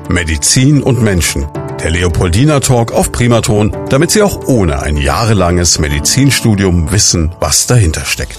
Medizin und Menschen. Der Leopoldina Talk auf Primaton, damit Sie auch ohne ein jahrelanges Medizinstudium wissen, was dahinter steckt.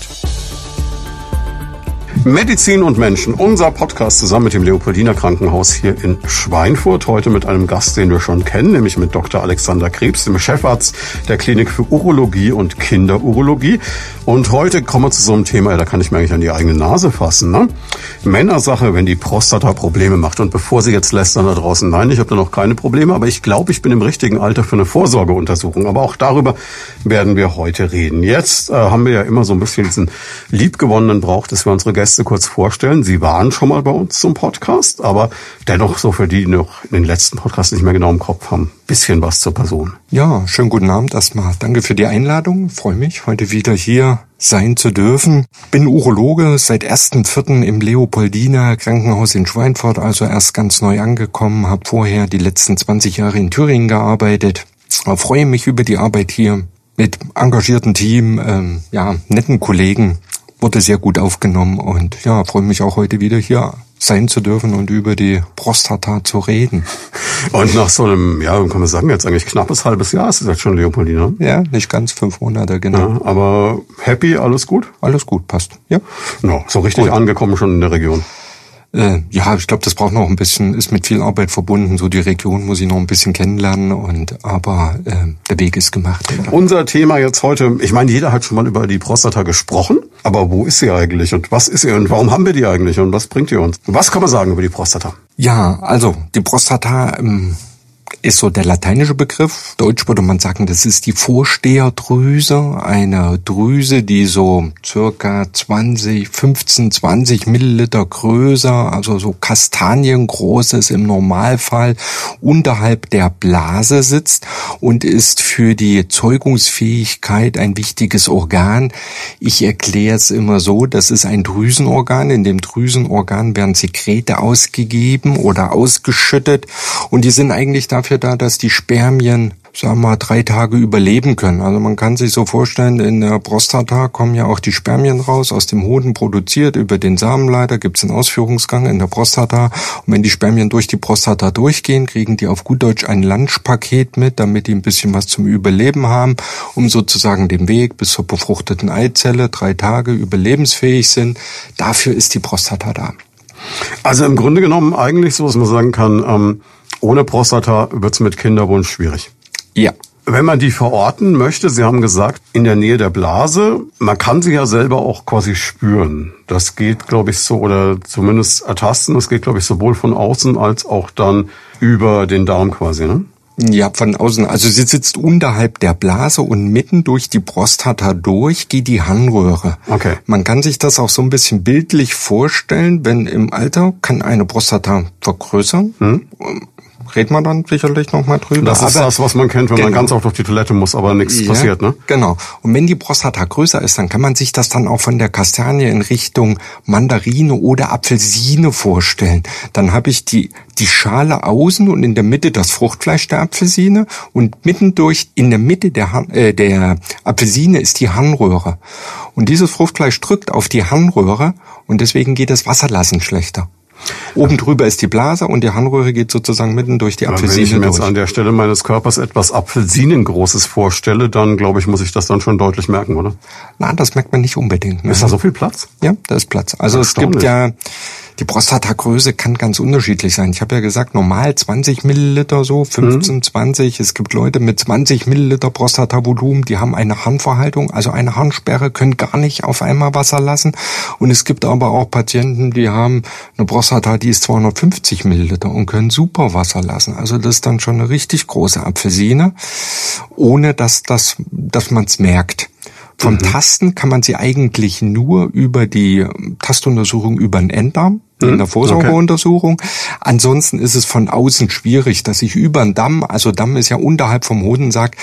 Medizin und Menschen, unser Podcast zusammen mit dem Leopoldina Krankenhaus hier in Schweinfurt. Heute mit einem Gast, den wir schon kennen, nämlich mit Dr. Alexander Krebs, dem Chefarzt der Klinik für Urologie und Kinderurologie. Und heute kommen wir zu so einem Thema, da kann ich mir eigentlich an die eigene Nase fassen, ne? Männersache, wenn die Prostata Probleme macht. Und bevor Sie jetzt lästern da draußen, nein, ich habe da noch keine Probleme, aber ich glaube, ich bin im richtigen Alter für eine Vorsorgeuntersuchung. Aber auch darüber werden wir heute reden. Jetzt haben wir ja immer so ein bisschen diesen liebgewonnenen Brauch, dass wir unsere Gäste kurz vorstellen. Sie waren schon mal bei uns zum Podcast, aber dennoch so für die, die noch in den letzten Podcasts nicht mehr genau im Kopf haben, bisschen was zur Person. Ja, schönen guten Abend erstmal. Danke für die Einladung. Freue mich, heute wieder hier sein zu dürfen. Bin Urologe, seit 1.4. im Leopoldina Krankenhaus in Schweinfurt, also erst ganz neu angekommen, habe vorher die letzten 20 Jahre in Thüringen gearbeitet. Freue mich über die Arbeit hier mit engagiertem Team, netten Kollegen. Wurde sehr gut aufgenommen und ja, freue mich auch heute wieder hier sein zu dürfen und über die Prostata zu reden. Und nach so einem, ja, kann man sagen, jetzt eigentlich knappes halbes Jahr ist es jetzt schon Leopoldina. Ja, nicht ganz 5 Monate, genau. Ja, aber happy, alles gut? Alles gut, passt, ja. No, so richtig gut angekommen schon in der Region. Ja, ich glaube, das braucht noch ein bisschen, ist mit viel Arbeit verbunden. So die Region muss ich noch ein bisschen kennenlernen, aber der Weg ist gemacht. Ja. Unser Thema jetzt heute, ich meine, jeder hat schon mal über die Prostata gesprochen, aber wo ist sie eigentlich und was ist sie und warum haben wir die eigentlich und was bringt die uns? Was kann man sagen über die Prostata? Ja, also die Prostata ist so der lateinische Begriff. Deutsch würde man sagen, das ist die Vorsteherdrüse, eine Drüse, die so circa 15, 20 Milliliter größer, also so kastaniengroß ist im Normalfall, unterhalb der Blase sitzt und ist für die Zeugungsfähigkeit ein wichtiges Organ. Ich erkläre es immer so, das ist ein Drüsenorgan. In dem Drüsenorgan werden Sekrete ausgegeben oder ausgeschüttet und die sind eigentlich dafür da, dass die Spermien, 3 Tage überleben können. Also man kann sich so vorstellen, in der Prostata kommen ja auch die Spermien raus, aus dem Hoden produziert, über den Samenleiter gibt es einen Ausführungsgang in der Prostata. Und wenn die Spermien durch die Prostata durchgehen, kriegen die auf gut Deutsch ein Lunchpaket mit, damit die ein bisschen was zum Überleben haben, um sozusagen den Weg bis zur befruchteten Eizelle 3 Tage überlebensfähig sind. Dafür ist die Prostata da. Also im Grunde genommen eigentlich so, dass man sagen kann, ohne Prostata wird's mit Kinderwunsch schwierig. Ja. Wenn man die verorten möchte, Sie haben gesagt, in der Nähe der Blase, man kann sie ja selber auch quasi spüren. Das geht, glaube ich, so, oder zumindest ertasten, das geht, glaube ich, sowohl von außen als auch dann über den Darm quasi, ne? Ja, von außen. Also sie sitzt unterhalb der Blase und mitten durch die Prostata durch geht die Harnröhre. Okay. Man kann sich das auch so ein bisschen bildlich vorstellen, wenn im Alter kann eine Prostata vergrößern. Reden wir dann sicherlich noch mal drüber. Das ist das, was man kennt, wenn man ganz oft auf die Toilette muss, aber nichts passiert, ne? Genau. Und wenn die Prostata größer ist, dann kann man sich das dann auch von der Kastanie in Richtung Mandarine oder Apfelsine vorstellen. Dann habe ich die Schale außen und in der Mitte das Fruchtfleisch der Apfelsine und mittendurch in der Mitte der Apfelsine ist die Harnröhre. Und dieses Fruchtfleisch drückt auf die Harnröhre und deswegen geht das Wasserlassen schlechter. Oben drüber ist die Blase und die Harnröhre geht sozusagen mitten durch die Apfelsine durch. Wenn ich mir jetzt an der Stelle meines Körpers etwas Apfelsinengroßes vorstelle, dann glaube ich, muss ich das dann schon deutlich merken, oder? Nein, das merkt man nicht unbedingt. Ne? Ist da so viel Platz? Ja, da ist Platz. Also es gibt ja, die Prostatagröße kann ganz unterschiedlich sein. Ich habe ja gesagt, normal 20 Milliliter so, 15, 20. Es gibt Leute mit 20 Milliliter Prostatavolumen, die haben eine Harnverhaltung, also eine Harnsperre, können gar nicht auf einmal Wasser lassen. Und es gibt aber auch Patienten, die haben eine Prostata, die ist 250 Milliliter und können super Wasser lassen. Also das ist dann schon eine richtig große Apfelsine, ohne dass man es merkt. Vom Tasten kann man sie eigentlich nur über die Tastuntersuchung über den Enddarm, in der Vorsorgeuntersuchung. Ansonsten ist es von außen schwierig, dass ich über den Damm, also Damm ist ja unterhalb vom Hodensack,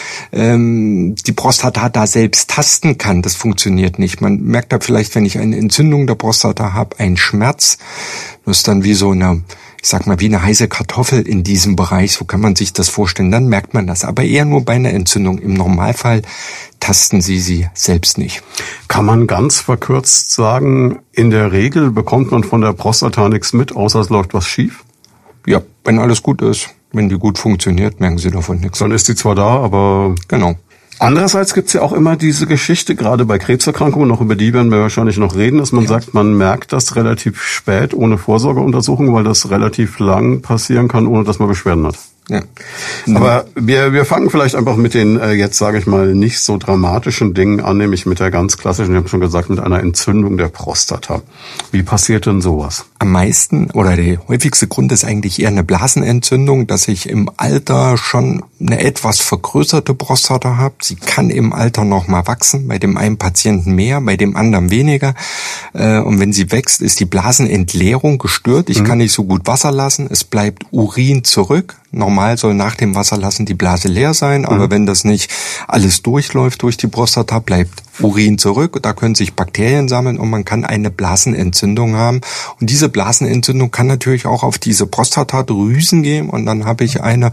die Prostata da selbst tasten kann. Das funktioniert nicht. Man merkt da vielleicht, wenn ich eine Entzündung der Prostata habe, einen Schmerz. Das ist dann wie so eine, ich sag mal, wie eine heiße Kartoffel in diesem Bereich. So kann man sich das vorstellen. Dann merkt man das. Aber eher nur bei einer Entzündung. Im Normalfall tasten Sie selbst nicht. Kann man ganz verkürzt sagen, in der Regel bekommt man von der Prostata nichts mit, außer es läuft was schief? Ja, Wenn alles gut ist, wenn die gut funktioniert, merken Sie davon nichts. Dann ist die zwar da, aber... Genau. Andererseits gibt's ja auch immer diese Geschichte, gerade bei Krebserkrankungen, auch über die werden wir wahrscheinlich noch reden, dass man sagt, man merkt das relativ spät ohne Vorsorgeuntersuchung, weil das relativ lang passieren kann, ohne dass man Beschwerden hat. Ja. Aber wir fangen vielleicht einfach mit den jetzt, sage ich mal, nicht so dramatischen Dingen an, nämlich mit der ganz klassischen, ich habe schon gesagt, mit einer Entzündung der Prostata. Wie passiert denn sowas? Am meisten oder der häufigste Grund ist eigentlich eher eine Blasenentzündung, dass ich im Alter schon eine etwas vergrößerte Prostata habe. Sie kann im Alter noch mal wachsen, bei dem einen Patienten mehr, bei dem anderen weniger. Und wenn sie wächst, ist die Blasenentleerung gestört. Ich kann nicht so gut Wasser lassen, es bleibt Urin zurück. Normal soll nach dem Wasserlassen die Blase leer sein, aber wenn das nicht alles durchläuft durch die Prostata, bleibt Urin zurück. Da können sich Bakterien sammeln und man kann eine Blasenentzündung haben. Und diese Blasenentzündung kann natürlich auch auf diese Prostatadrüsen gehen und dann habe ich eine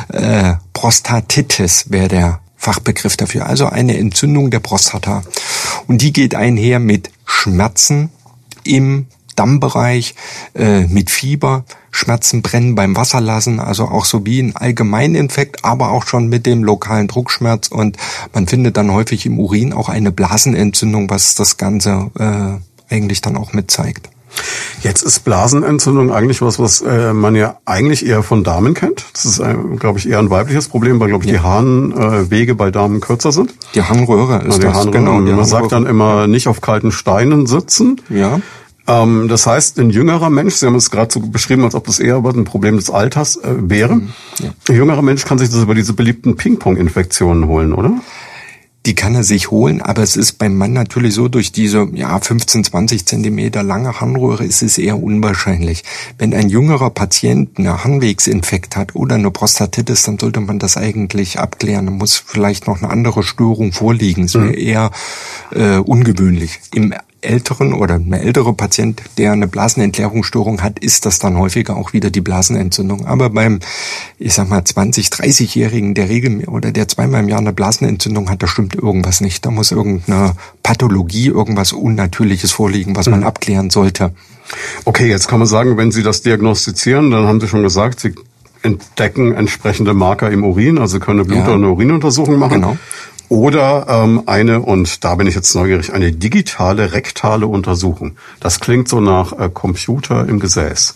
Prostatitis, wäre der Fachbegriff dafür. Also eine Entzündung der Prostata. Und die geht einher mit Schmerzen im Dammbereich, mit Fieber, Schmerzen, Brennen beim Wasserlassen, also auch so wie ein Allgemeininfekt, aber auch schon mit dem lokalen Druckschmerz und man findet dann häufig im Urin auch eine Blasenentzündung, was das Ganze eigentlich dann auch mit zeigt. Jetzt ist Blasenentzündung eigentlich was man ja eigentlich eher von Damen kennt. Das ist, glaube ich, eher ein weibliches Problem, weil, glaube ich, die Harnwege bei Damen kürzer sind. Die Harnröhre ist das, Harnröhre. Genau. Man sagt dann immer, nicht auf kalten Steinen sitzen. Ja. Das heißt, ein jüngerer Mensch, Sie haben es gerade so beschrieben, als ob das eher ein Problem des Alters wäre. Ja. Ein jüngerer Mensch kann sich das über diese beliebten Ping-Pong-Infektionen holen, oder? Die kann er sich holen, aber es ist beim Mann natürlich so, durch diese 15, 20 Zentimeter lange Harnröhre ist es eher unwahrscheinlich. Wenn ein jüngerer Patient eine Harnwegsinfekt hat oder eine Prostatitis, dann sollte man das eigentlich abklären. Da muss vielleicht noch eine andere Störung vorliegen. Das wäre eher ungewöhnlich. Im älteren oder eine ältere Patient, der eine Blasenentleerungsstörung hat, ist das dann häufiger auch wieder die Blasenentzündung. Aber beim, 20-, 30-Jährigen, der der zweimal im Jahr eine Blasenentzündung hat, da stimmt irgendwas nicht. Da muss irgendeine Pathologie, irgendwas Unnatürliches vorliegen, was man abklären sollte. Okay, jetzt kann man sagen, wenn Sie das diagnostizieren, dann haben Sie schon gesagt, Sie entdecken entsprechende Marker im Urin, also können eine Blut- oder eine Urinuntersuchung machen. Genau. Oder und da bin ich jetzt neugierig, eine digitale rektale Untersuchung. Das klingt so nach Computer im Gesäß.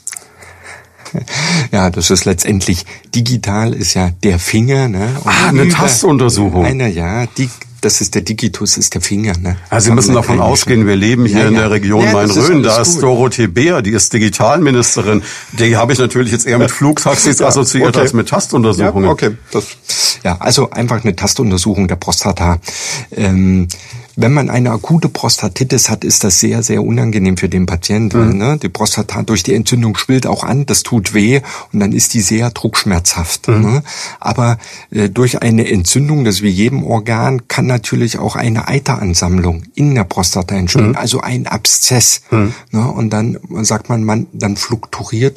Ja, das ist letztendlich, digital ist ja der Finger. Ne? Eine Tastuntersuchung. Das ist der Digitus, ist der Finger. Ne? Also Sie müssen davon ausgehen, wir leben hier in der Region Main-Rhön. Da ist Dorothee Beer, die ist Digitalministerin. Die habe ich natürlich jetzt eher mit Flugtaxis assoziiert als mit Tastuntersuchungen. Ja, okay. Also einfach eine Tastuntersuchung der Prostata. Wenn man eine akute Prostatitis hat, ist das sehr, sehr unangenehm für den Patienten. Ne? Die Prostata durch die Entzündung schwillt auch an, das tut weh und dann ist die sehr druckschmerzhaft. Ne? Aber durch eine Entzündung, das ist wie jedem Organ, kann natürlich auch eine Eiteransammlung in der Prostata entstehen, also ein Abszess. Ne? Und dann sagt man, dann fluktuiert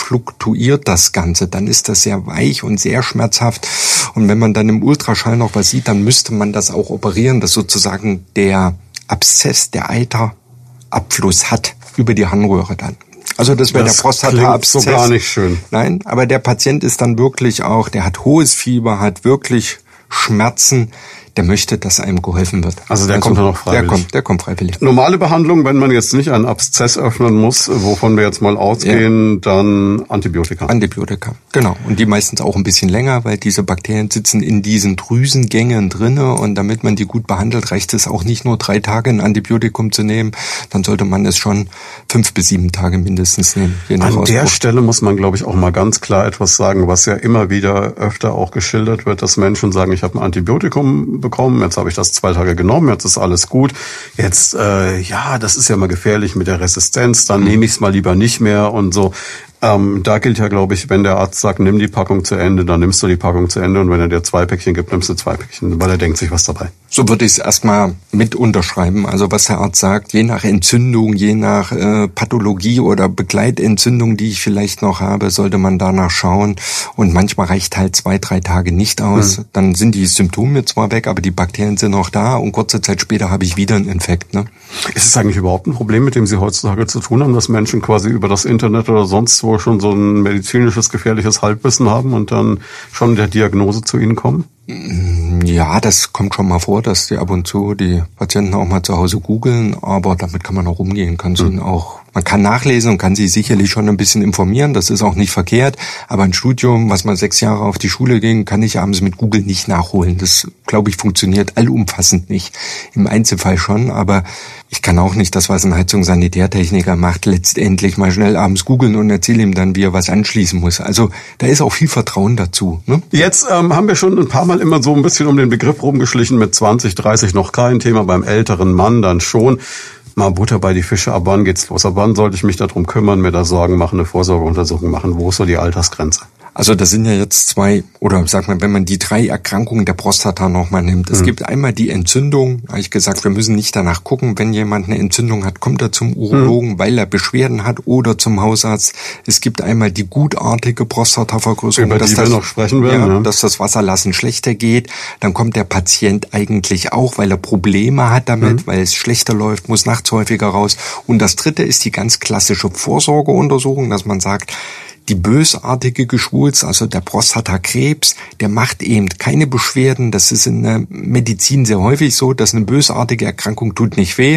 das Ganze. Dann ist das sehr weich und sehr schmerzhaft. Und wenn man dann im Ultraschall noch was sieht, dann müsste man das auch operieren, dass sozusagen der Abszess, der Eiterabfluss hat über die Harnröhre dann. Also das wäre der Prostata-Abszess. So gar nicht schön. Nein, aber der Patient ist dann wirklich auch, der hat hohes Fieber, hat wirklich Schmerzen, der möchte, dass einem geholfen wird. Also der kommt dann auch freiwillig? Der kommt freiwillig. Normale Behandlung, wenn man jetzt nicht einen Abszess öffnen muss, wovon wir jetzt mal ausgehen, dann Antibiotika. Antibiotika, genau. Und die meistens auch ein bisschen länger, weil diese Bakterien sitzen in diesen Drüsengängen drinne und damit man die gut behandelt, reicht es auch nicht nur 3 Tage ein Antibiotikum zu nehmen, dann sollte man es schon 5 bis 7 Tage mindestens nehmen. An der Stelle muss man, glaube ich, auch mal ganz klar etwas sagen, was ja immer wieder öfter auch geschildert wird, dass Menschen sagen, ich habe ein Antibiotikum bekommen, jetzt habe ich das 2 Tage genommen, jetzt ist alles gut. Jetzt, das ist ja mal gefährlich mit der Resistenz, dann nehme ich es mal lieber nicht mehr und so. Da gilt ja, glaube ich, wenn der Arzt sagt, nimm die Packung zu Ende, dann nimmst du die Packung zu Ende und wenn er dir 2 Päckchen gibt, nimmst du 2 Päckchen, weil er denkt sich was dabei. So würde ich es erstmal mit unterschreiben. Also was der Arzt sagt, je nach Entzündung, je nach Pathologie oder Begleitentzündung, die ich vielleicht noch habe, sollte man danach schauen. Und manchmal reicht halt 2, 3 Tage nicht aus. Dann sind die Symptome zwar weg, aber die Bakterien sind noch da und kurze Zeit später habe ich wieder einen Infekt. Ne? Ist es eigentlich überhaupt ein Problem, mit dem Sie heutzutage zu tun haben, dass Menschen quasi über das Internet oder sonst wo wohl schon so ein medizinisches, gefährliches Halbwissen haben und dann schon der Diagnose zu Ihnen kommen? Ja, das kommt schon mal vor, dass die ab und zu die Patienten auch mal zu Hause googeln, aber damit kann man auch umgehen, man kann nachlesen und kann sich sicherlich schon ein bisschen informieren, das ist auch nicht verkehrt, aber ein Studium, was man 6 Jahre auf die Schule ging, kann ich abends mit Google nicht nachholen. Das, glaube ich, funktioniert allumfassend nicht. Im Einzelfall schon, aber ich kann auch nicht das, was ein Heizungssanitärtechniker macht, letztendlich mal schnell abends googeln und erzähle ihm dann, wie er was anschließen muss. Also da ist auch viel Vertrauen dazu. Ne? Jetzt haben wir schon ein paar Mal immer so ein bisschen um den Begriff rumgeschlichen, mit 20, 30 noch kein Thema, beim älteren Mann dann schon. Mal Butter bei die Fische, ab wann geht's los? Ab wann sollte ich mich darum kümmern, mir da Sorgen machen, eine Vorsorgeuntersuchung machen? Wo ist so die Altersgrenze? Also das sind ja jetzt 2, oder sagt man, wenn man die 3 Erkrankungen der Prostata nochmal nimmt. Es gibt einmal die Entzündung, habe ich gesagt, wir müssen nicht danach gucken, wenn jemand eine Entzündung hat, kommt er zum Urologen, weil er Beschwerden hat oder zum Hausarzt. Es gibt einmal die gutartige Prostatavergrößerung, über die wir noch sprechen werden, dass das Wasserlassen schlechter geht. Dann kommt der Patient eigentlich auch, weil er Probleme hat damit, weil es schlechter läuft, muss nachts häufiger raus. Und das 3. ist die ganz klassische Vorsorgeuntersuchung, dass man sagt, die bösartige Geschwulst, also der Prostatakrebs, der macht eben keine Beschwerden. Das ist in der Medizin sehr häufig so, dass eine bösartige Erkrankung tut nicht weh.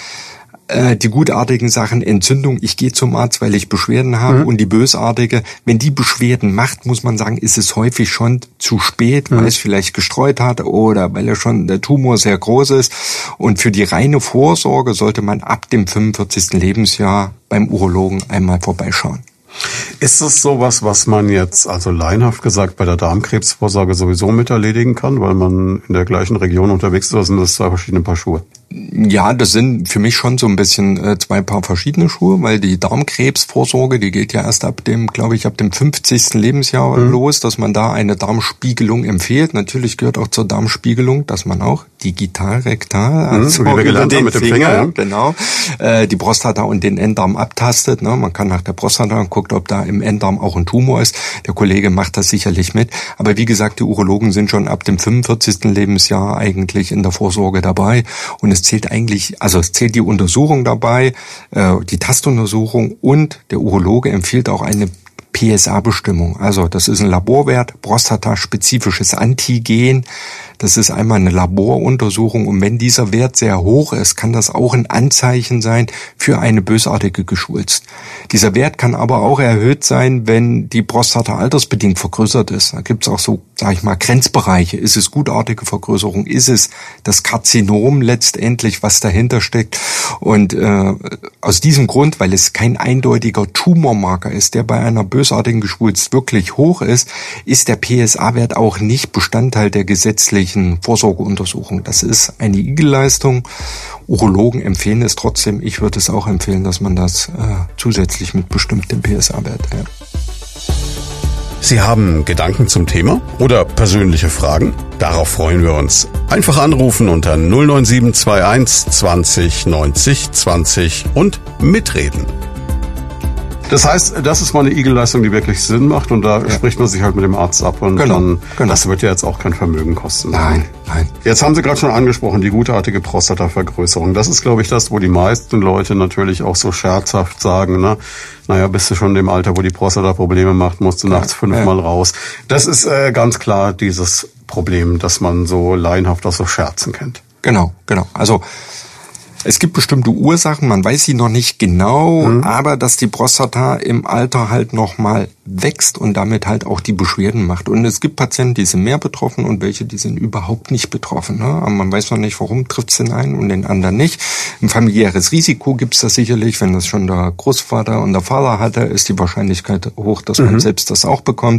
Die gutartigen Sachen, Entzündung, ich gehe zum Arzt, weil ich Beschwerden habe, und die bösartige, wenn die Beschwerden macht, muss man sagen, ist es häufig schon zu spät, weil es vielleicht gestreut hat oder weil er schon der Tumor sehr groß ist. Und für die reine Vorsorge sollte man ab dem 45. Lebensjahr beim Urologen einmal vorbeischauen. Ist es sowas, was man jetzt, also laienhaft gesagt, bei der Darmkrebsvorsorge sowieso mit erledigen kann, weil man in der gleichen Region unterwegs ist, oder sind das 2 verschiedene Paar Schuhe? Ja, das sind für mich schon so ein bisschen 2 Paar verschiedene Schuhe, weil die Darmkrebsvorsorge, die geht ja erst ab dem 50. Lebensjahr los, dass man da eine Darmspiegelung empfiehlt. Natürlich gehört auch zur Darmspiegelung, dass man auch digital, rektal, also wie wir gelernt haben mit dem Finger, ja. Genau, die Prostata und den Enddarm abtastet. Ne? Man kann nach der Prostata guckt, ob da im Enddarm auch ein Tumor ist. Der Kollege macht das sicherlich mit. Aber wie gesagt, die Urologen sind schon ab dem 45. Lebensjahr eigentlich in der Vorsorge dabei. Und es zählt die Untersuchung dabei, die Tastuntersuchung, und der Urologe empfiehlt auch eine PSA-Bestimmung. Also das ist ein Laborwert, prostataspezifisches Antigen. Das ist einmal eine Laboruntersuchung, und wenn dieser Wert sehr hoch ist, kann das auch ein Anzeichen sein für eine bösartige Geschwulst. Dieser Wert kann aber auch erhöht sein, wenn die Prostata altersbedingt vergrößert ist. Da gibt es auch so, Grenzbereiche. Ist es gutartige Vergrößerung? Ist es das Karzinom letztendlich, was dahinter steckt? Und aus diesem Grund, weil es kein eindeutiger Tumormarker ist, der bei einer bösartigen Geschwulst wirklich hoch ist, ist der PSA-Wert auch nicht Bestandteil der gesetzlichen Vorsorgeuntersuchung. Das ist eine Igelleistung. Urologen empfehlen es trotzdem. Ich würde es auch empfehlen, dass man das zusätzlich mit bestimmt dem PSA-Wert. Ja. Sie haben Gedanken zum Thema oder persönliche Fragen? Darauf freuen wir uns. Einfach anrufen unter 09721 20 90 20 und mitreden. Das heißt, das ist mal eine Igelleistung, die wirklich Sinn macht, und da spricht man sich halt mit dem Arzt ab, und dann, das wird ja jetzt auch kein Vermögen kosten. Nein. Jetzt haben Sie gerade schon angesprochen, die gutartige Prostatavergrößerung. Das ist, glaube ich, das, wo die meisten Leute natürlich auch so scherzhaft sagen, naja, bist du schon in dem Alter, wo die Prostata Probleme macht, musst du nachts 5-mal raus. Das ist ganz klar dieses Problem, das man so laienhaft aus so Scherzen kennt. Genau. Also es gibt bestimmte Ursachen, man weiß sie noch nicht genau, aber dass die Prostata im Alter halt nochmal wächst und damit halt auch die Beschwerden macht. Und es gibt Patienten, die sind mehr betroffen und welche, die sind überhaupt nicht betroffen. Ne? Aber man weiß noch nicht, warum trifft es den einen und den anderen nicht. Ein familiäres Risiko gibt es da sicherlich. Wenn das schon der Großvater und der Vater hatte, ist die Wahrscheinlichkeit hoch, dass man selbst das auch bekommt.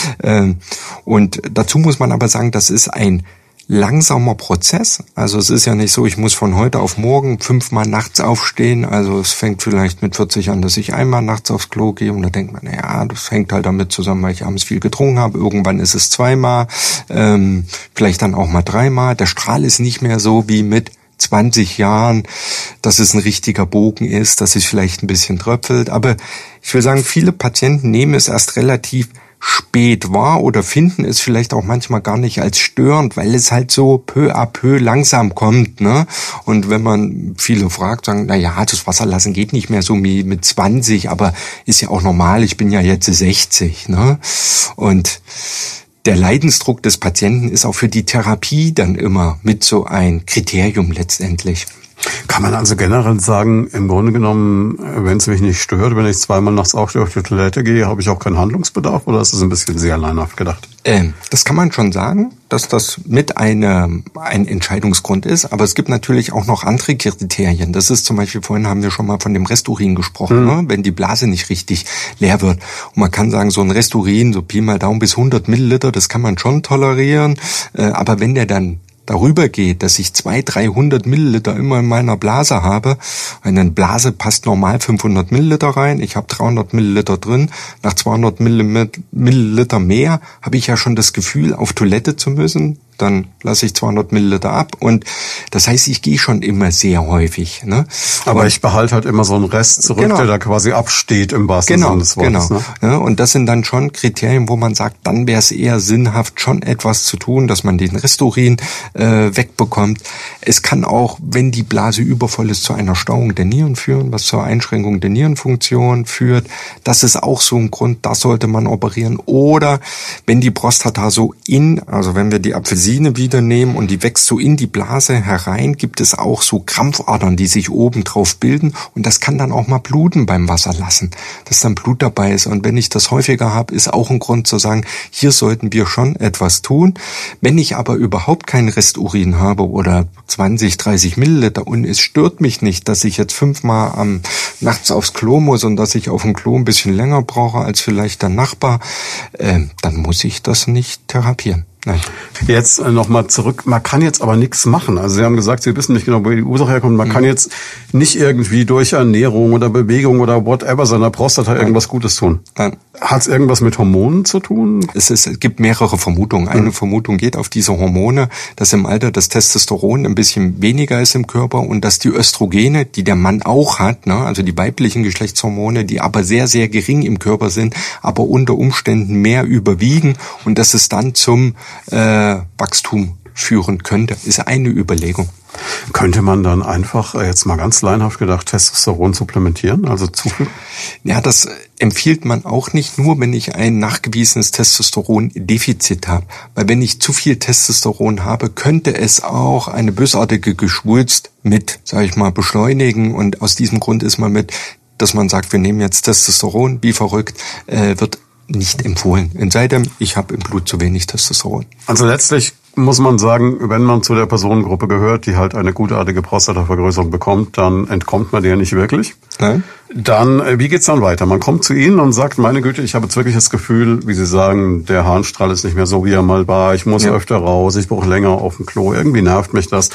Und dazu muss man aber sagen, das ist ein langsamer Prozess. Also es ist ja nicht so, ich muss von heute auf morgen 5-mal nachts aufstehen. Also es fängt vielleicht mit 40 an, dass ich einmal nachts aufs Klo gehe, und da denkt man, naja, das hängt halt damit zusammen, weil ich abends viel getrunken habe. Irgendwann ist es 2-mal, vielleicht dann auch mal 3-mal. Der Strahl ist nicht mehr so wie mit 20 Jahren, dass es ein richtiger Bogen ist, dass es vielleicht ein bisschen tröpfelt. Aber ich will sagen, viele Patienten nehmen es erst relativ spät wahr oder finden es vielleicht auch manchmal gar nicht als störend, weil es halt so peu à peu langsam kommt, ne? Und wenn man viele fragt, sagen, na ja, das Wasserlassen geht nicht mehr so wie mit 20, aber ist ja auch normal, ich bin ja jetzt 60, ne? Und der Leidensdruck des Patienten ist auch für die Therapie dann immer mit so ein Kriterium letztendlich. Kann man also generell sagen, im Grunde genommen, wenn es mich nicht stört, wenn ich zweimal nachts auf die Toilette gehe, habe ich auch keinen Handlungsbedarf, oder ist das ein bisschen sehr leinhaft gedacht? Das kann man schon sagen, dass das mit ein Entscheidungsgrund ist, aber es gibt natürlich auch noch andere Kriterien. Das ist zum Beispiel, vorhin haben wir schon mal von dem Resturin gesprochen, ne? Wenn die Blase nicht richtig leer wird. Und man kann sagen, so ein Resturin, so Pi mal Daumen bis 100 Milliliter, das kann man schon tolerieren, aber wenn der dann darüber geht, dass ich 200-300 Milliliter immer in meiner Blase habe, eine Blase passt normal 500 Milliliter rein, ich habe 300 Milliliter drin, nach 200 Milliliter mehr habe ich ja schon das Gefühl, auf Toilette zu müssen, dann lasse ich 200 Milliliter ab und das heißt, ich gehe schon immer sehr häufig. Ne? Aber ich behalte halt immer so einen Rest zurück, der da quasi absteht im wahrsten Sinne des Wortes. Genau. Ne? Ja, und das sind dann schon Kriterien, wo man sagt, dann wäre es eher sinnhaft, schon etwas zu tun, dass man den Resturin wegbekommt. Es kann auch, wenn die Blase übervoll ist, zu einer Stauung der Nieren führen, was zur Einschränkung der Nierenfunktion führt. Das ist auch so ein Grund, da sollte man operieren. Oder wenn die Prostata so also wenn wir die Apfelsine wieder nehmen und die wächst so in die Blase herein, gibt es auch so Krampfadern, die sich oben drauf bilden und das kann dann auch mal bluten beim Wasserlassen, dass dann Blut dabei ist. Und wenn ich das häufiger habe, ist auch ein Grund zu sagen, hier sollten wir schon etwas tun. Wenn ich aber überhaupt keinen Resturin habe oder 20, 30 Milliliter und es stört mich nicht, dass ich jetzt 5-mal nachts aufs Klo muss und dass ich auf dem Klo ein bisschen länger brauche als vielleicht der Nachbar, dann muss ich das nicht therapieren. Nein. Jetzt nochmal zurück, man kann jetzt aber nichts machen. Also Sie haben gesagt, Sie wissen nicht genau, wo die Ursache herkommt. Man kann jetzt nicht irgendwie durch Ernährung oder Bewegung oder whatever seiner Prostata irgendwas Gutes tun. Nein. Hat es irgendwas mit Hormonen zu tun? Es gibt mehrere Vermutungen. Eine Vermutung geht auf diese Hormone, dass im Alter das Testosteron ein bisschen weniger ist im Körper und dass die Östrogene, die der Mann auch hat, ne, also die weiblichen Geschlechtshormone, die aber sehr, sehr gering im Körper sind, aber unter Umständen mehr überwiegen und dass es dann zum Wachstum führen könnte, ist eine Überlegung. Könnte man dann einfach, jetzt mal ganz laienhaft gedacht, Testosteron supplementieren, also zufügen? Ja, das empfiehlt man auch nicht, nur wenn ich ein nachgewiesenes Testosterondefizit habe. Weil wenn ich zu viel Testosteron habe, könnte es auch eine bösartige Geschwulst mit, sage ich mal, beschleunigen. Und aus diesem Grund ist man dass man sagt, wir nehmen jetzt Testosteron, wie verrückt, wird nicht empfohlen. Es sei denn, ich habe im Blut zu wenig Testosteron. Also letztlich muss man sagen, wenn man zu der Personengruppe gehört, die halt eine gutartige Prostatavergrößerung bekommt, dann entkommt man der nicht wirklich. Nein. Dann, wie geht's dann weiter? Man kommt zu Ihnen und sagt, meine Güte, ich habe jetzt wirklich das Gefühl, wie Sie sagen, der Harnstrahl ist nicht mehr so, wie er mal war. Ich muss öfter raus, ich brauche länger auf dem Klo. Irgendwie nervt mich das.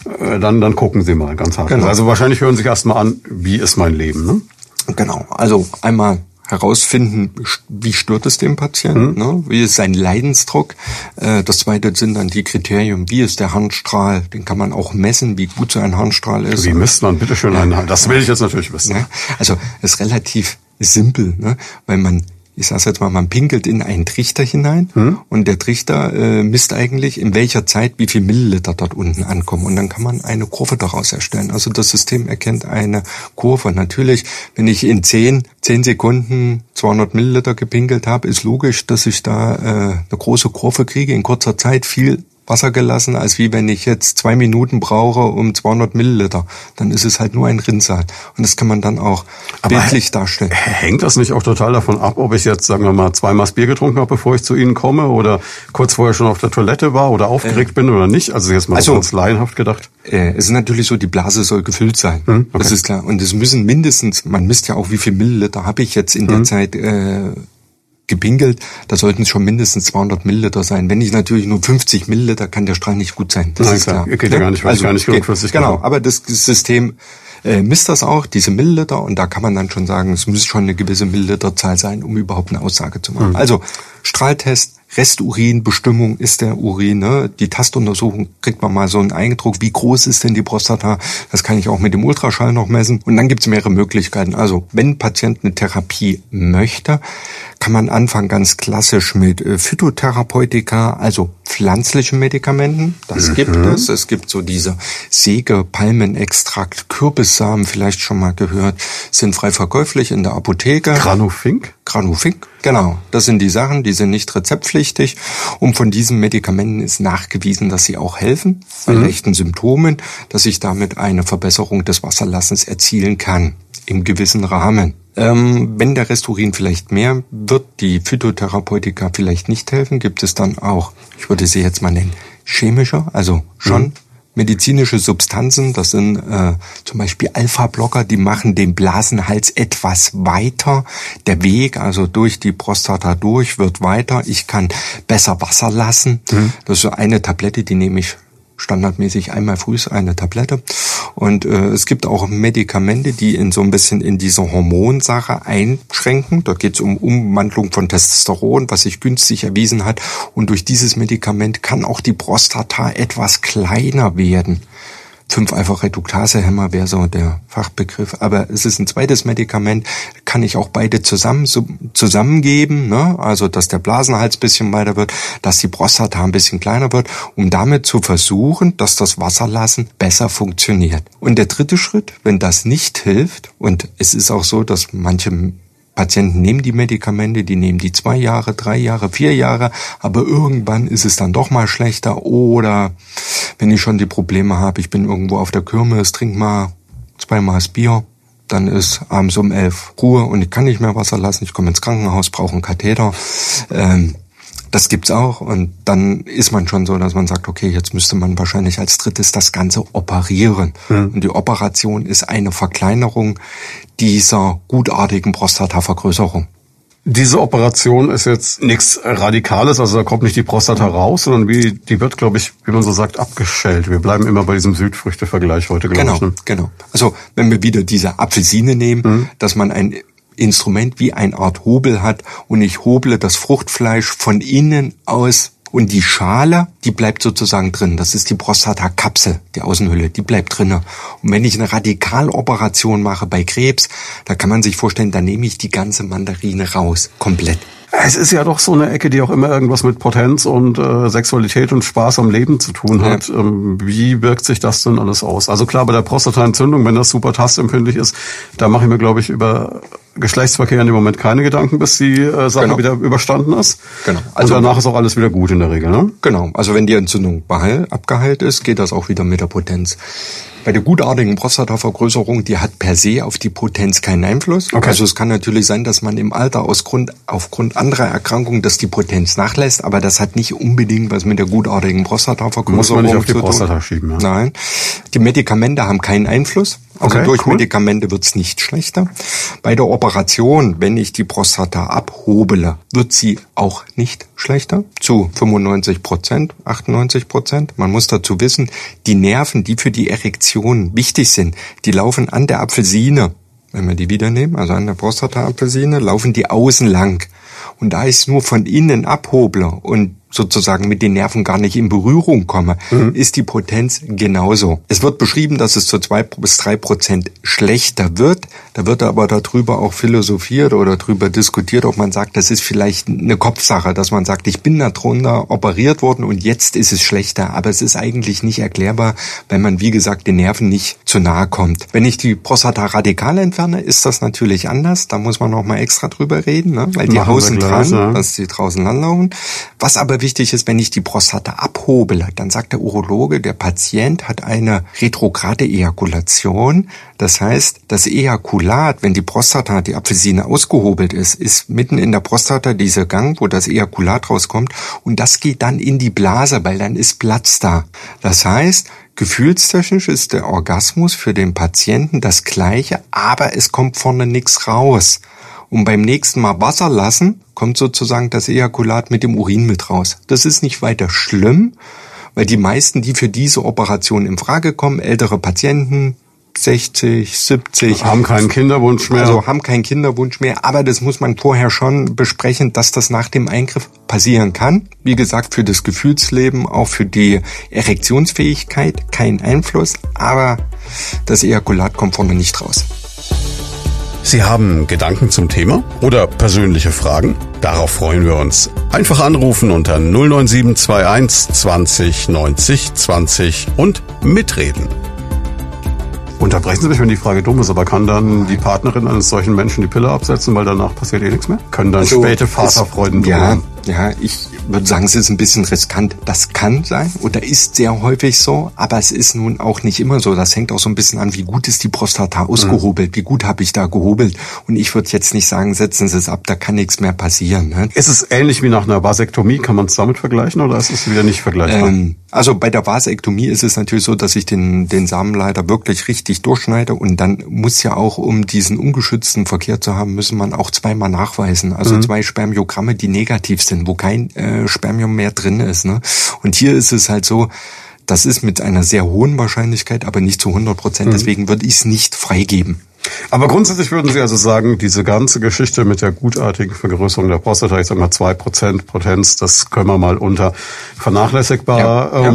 Dann gucken Sie mal ganz hart. Genau. Also wahrscheinlich hören Sie sich erstmal an, wie ist mein Leben, ne? Genau. Also einmal herausfinden, wie stört es den Patienten, ne? Wie ist sein Leidensdruck. Das zweite sind dann die Kriterien, wie ist der Harnstrahl, den kann man auch messen, wie gut so ein Harnstrahl ist. Wie misst man bitte schön einen? Das will ich jetzt natürlich wissen. Ja, also es ist relativ simpel, ne? Weil ich sage jetzt mal, man pinkelt in einen Trichter hinein und der Trichter misst eigentlich, in welcher Zeit wie viel Milliliter dort unten ankommen. Und dann kann man eine Kurve daraus erstellen. Also das System erkennt eine Kurve. Natürlich, wenn ich in 10 Sekunden 200 Milliliter gepinkelt habe, ist logisch, dass ich da eine große Kurve kriege, in kurzer Zeit viel Wasser gelassen, als wie wenn ich jetzt 2 Minuten brauche um 200 Milliliter. Dann ist es halt nur ein Rinnsal. Und das kann man dann auch bildlich darstellen. Hängt das nicht auch total davon ab, ob ich jetzt, sagen wir mal, 2-mal Bier getrunken habe, bevor ich zu Ihnen komme oder kurz vorher schon auf der Toilette war oder aufgeregt bin oder nicht? Also jetzt mal ganz laienhaft gedacht. Es ist natürlich so, die Blase soll gefüllt sein. Okay. Das ist klar. Und es müssen mindestens, man misst ja auch, wie viel Milliliter habe ich jetzt in der Zeit gepinkelt, da sollten es schon mindestens 200 Milliliter sein. Wenn ich natürlich nur 50 Milliliter, kann der Strahl nicht gut sein. Das ist klar. Geht ja gar nicht, weil ich gar nicht flüssig genau, aber das System misst das auch, diese Milliliter, und da kann man dann schon sagen, es muss schon eine gewisse Milliliterzahl sein, um überhaupt eine Aussage zu machen. Also Strahltest, Resturinbestimmung ist der Urin, ne? Die Tastuntersuchung kriegt man mal so einen Eindruck, wie groß ist denn die Prostata? Das kann ich auch mit dem Ultraschall noch messen. Und dann gibt's mehrere Möglichkeiten. Also wenn ein Patient eine Therapie möchte, kann man anfangen ganz klassisch mit Phytotherapeutika, also pflanzlichen Medikamenten. Das gibt es. Es gibt so diese Säge, Palmenextrakt, Kürbissamen, vielleicht schon mal gehört, sind frei verkäuflich in der Apotheke. Granufink? Granufink, genau. Das sind die Sachen, die sind nicht rezeptpflichtig. Und von diesen Medikamenten ist nachgewiesen, dass sie auch helfen bei leichten Symptomen, dass ich damit eine Verbesserung des Wasserlassens erzielen kann, im gewissen Rahmen. Wenn der Resturin vielleicht mehr wird, die Phytotherapeutika vielleicht nicht helfen, gibt es dann auch, ich würde sie jetzt mal nennen, chemische, also schon medizinische Substanzen. Das sind zum Beispiel Alpha-Blocker, die machen den Blasenhals etwas weiter. Der Weg, also durch die Prostata durch, wird weiter. Ich kann besser Wasser lassen. Das ist so eine Tablette, die nehme ich standardmäßig einmal früh, eine Tablette. Und es gibt auch Medikamente, die in so ein bisschen in diese Hormonsache einschränken. Da geht es um Umwandlung von Testosteron, was sich günstig erwiesen hat. Und durch dieses Medikament kann auch die Prostata etwas kleiner werden. 5-Alpha-Reduktase-Hämmer wäre so der Fachbegriff. Aber es ist ein zweites Medikament, kann ich auch beide zusammengeben, ne? Also, dass der Blasenhals ein bisschen weiter wird, dass die Prostata ein bisschen kleiner wird, um damit zu versuchen, dass das Wasserlassen besser funktioniert. Und der dritte Schritt, wenn das nicht hilft, und es ist auch so, dass manche Patienten nehmen die Medikamente, die nehmen die 2 Jahre, 3 Jahre, 4 Jahre, aber irgendwann ist es dann doch mal schlechter. Oder wenn ich schon die Probleme habe, ich bin irgendwo auf der Kirmes, trinke mal 2 Maß Bier, dann ist abends um 11 Ruhe und ich kann nicht mehr Wasser lassen, ich komme ins Krankenhaus, brauche einen Katheter. Das gibt's auch und dann ist man schon so, dass man sagt, okay, jetzt müsste man wahrscheinlich als drittes das Ganze operieren. Und die Operation ist eine Verkleinerung dieser gutartigen Prostatavergrößerung. Diese Operation ist jetzt nichts Radikales, also da kommt nicht die Prostata raus, sondern die wird, glaube ich, wie man so sagt, abgeschält. Wir bleiben immer bei diesem Südfrüchte-Vergleich heute, glaube ich. Ne? Genau. Also wenn wir wieder diese Apfelsine nehmen, dass man ein Instrument wie eine Art Hobel hat und ich hoble das Fruchtfleisch von innen aus und die Schale, die bleibt sozusagen drin. Das ist die Prostatakapsel, die Außenhülle, die bleibt drinne. Und wenn ich eine Radikaloperation mache bei Krebs, da kann man sich vorstellen, da nehme ich die ganze Mandarine raus, komplett. Es ist ja doch so eine Ecke, die auch immer irgendwas mit Potenz und Sexualität und Spaß am Leben zu tun hat. Ja. Wie wirkt sich das denn alles aus? Also klar, bei der Prostataentzündung, wenn das super tastempfindlich ist, da mache ich mir, glaube ich, über Geschlechtsverkehr in dem Moment keine Gedanken, bis die Sache wieder überstanden ist. Genau. Also und danach ist auch alles wieder gut in der Regel, ne? Genau. Also wenn die Entzündung abgeheilt ist, geht das auch wieder mit der Potenz. Bei der gutartigen Prostatavergrößerung, die hat per se auf die Potenz keinen Einfluss. Okay. Also es kann natürlich sein, dass man im Alter aufgrund anderer Erkrankungen, dass die Potenz nachlässt, aber das hat nicht unbedingt was mit der gutartigen Prostatavergrößerung zu tun. Muss man nicht auf die Prostata schieben, ja. Nein. Die Medikamente haben keinen Einfluss. Also durch Medikamente wird's nicht schlechter. Bei der Operation, wenn ich die Prostata abhobele, wird sie auch nicht schlechter. Zu 95%, 98%. Man muss dazu wissen, die Nerven, die für die Erektion wichtig sind, die laufen an der Apfelsine. Wenn wir die wieder nehmen, also an der Prostata-Apfelsine, laufen die außen lang. Und da ich es nur von innen abhoble und sozusagen mit den Nerven gar nicht in Berührung komme, ist die Potenz genauso. Es wird beschrieben, dass es zu 2-3% schlechter wird. Da wird aber darüber auch philosophiert oder darüber diskutiert, ob man sagt, das ist vielleicht eine Kopfsache, dass man sagt, ich bin da drunter operiert worden und jetzt ist es schlechter. Aber es ist eigentlich nicht erklärbar, wenn man, wie gesagt, den Nerven nicht zu nahe kommt. Wenn ich die Prostata radikal entferne, ist das natürlich anders. Da muss man noch mal extra drüber reden, ne? Weil die außen dran, dass die draußen langlaufen. Was aber wichtig ist, wenn ich die Prostata abhobele, dann sagt der Urologe, der Patient hat eine retrograde Ejakulation. Das heißt, das Ejakulat, wenn die Prostata, die Apfelsine ausgehobelt ist mitten in der Prostata dieser Gang, wo das Ejakulat rauskommt und das geht dann in die Blase, weil dann ist Platz da. Das heißt, gefühlstechnisch ist der Orgasmus für den Patienten das gleiche, aber es kommt vorne nichts raus. Und beim nächsten Mal Wasser lassen, kommt sozusagen das Ejakulat mit dem Urin mit raus. Das ist nicht weiter schlimm, weil die meisten, die für diese Operation in Frage kommen, ältere Patienten, 60, 70. Haben keinen Kinderwunsch mehr. Also haben keinen Kinderwunsch mehr, aber das muss man vorher schon besprechen, dass das nach dem Eingriff passieren kann. Wie gesagt, für das Gefühlsleben, auch für die Erektionsfähigkeit kein Einfluss, aber das Ejakulat kommt vorne nicht raus. Sie haben Gedanken zum Thema oder persönliche Fragen? Darauf freuen wir uns. Einfach anrufen unter 09721 20 90 20 und mitreden. Unterbrechen Sie mich, wenn die Frage dumm ist, aber kann dann die Partnerin eines solchen Menschen die Pille absetzen, weil danach passiert nichts mehr? Können dann späte Vaterfreuden drohen? Ja, ich würde sagen, es ist ein bisschen riskant. Das kann sein oder ist sehr häufig so, aber es ist nun auch nicht immer so. Das hängt auch so ein bisschen an, wie gut ist die Prostata ausgehobelt, wie gut habe ich da gehobelt. Und ich würde jetzt nicht sagen, setzen Sie es ab, da kann nichts mehr passieren. Ne? Ist es ähnlich wie nach einer Vasektomie? Kann man es damit vergleichen oder ist es wieder nicht vergleichbar? Also bei der Vasektomie ist es natürlich so, dass ich den Samenleiter wirklich richtig durchschneide und dann muss ja auch, um diesen ungeschützten Verkehr zu haben, müssen man auch zweimal nachweisen. Also 2 Spermiogramme, die negativ sind, wo kein Spermium mehr drin ist. Ne? Und hier ist es halt so, das ist mit einer sehr hohen Wahrscheinlichkeit, aber nicht zu 100%. Deswegen würde ich es nicht freigeben. Aber grundsätzlich würden Sie also sagen, diese ganze Geschichte mit der gutartigen Vergrößerung der Prostata, ich sage mal 2% Potenz, das können wir mal unter vernachlässigbar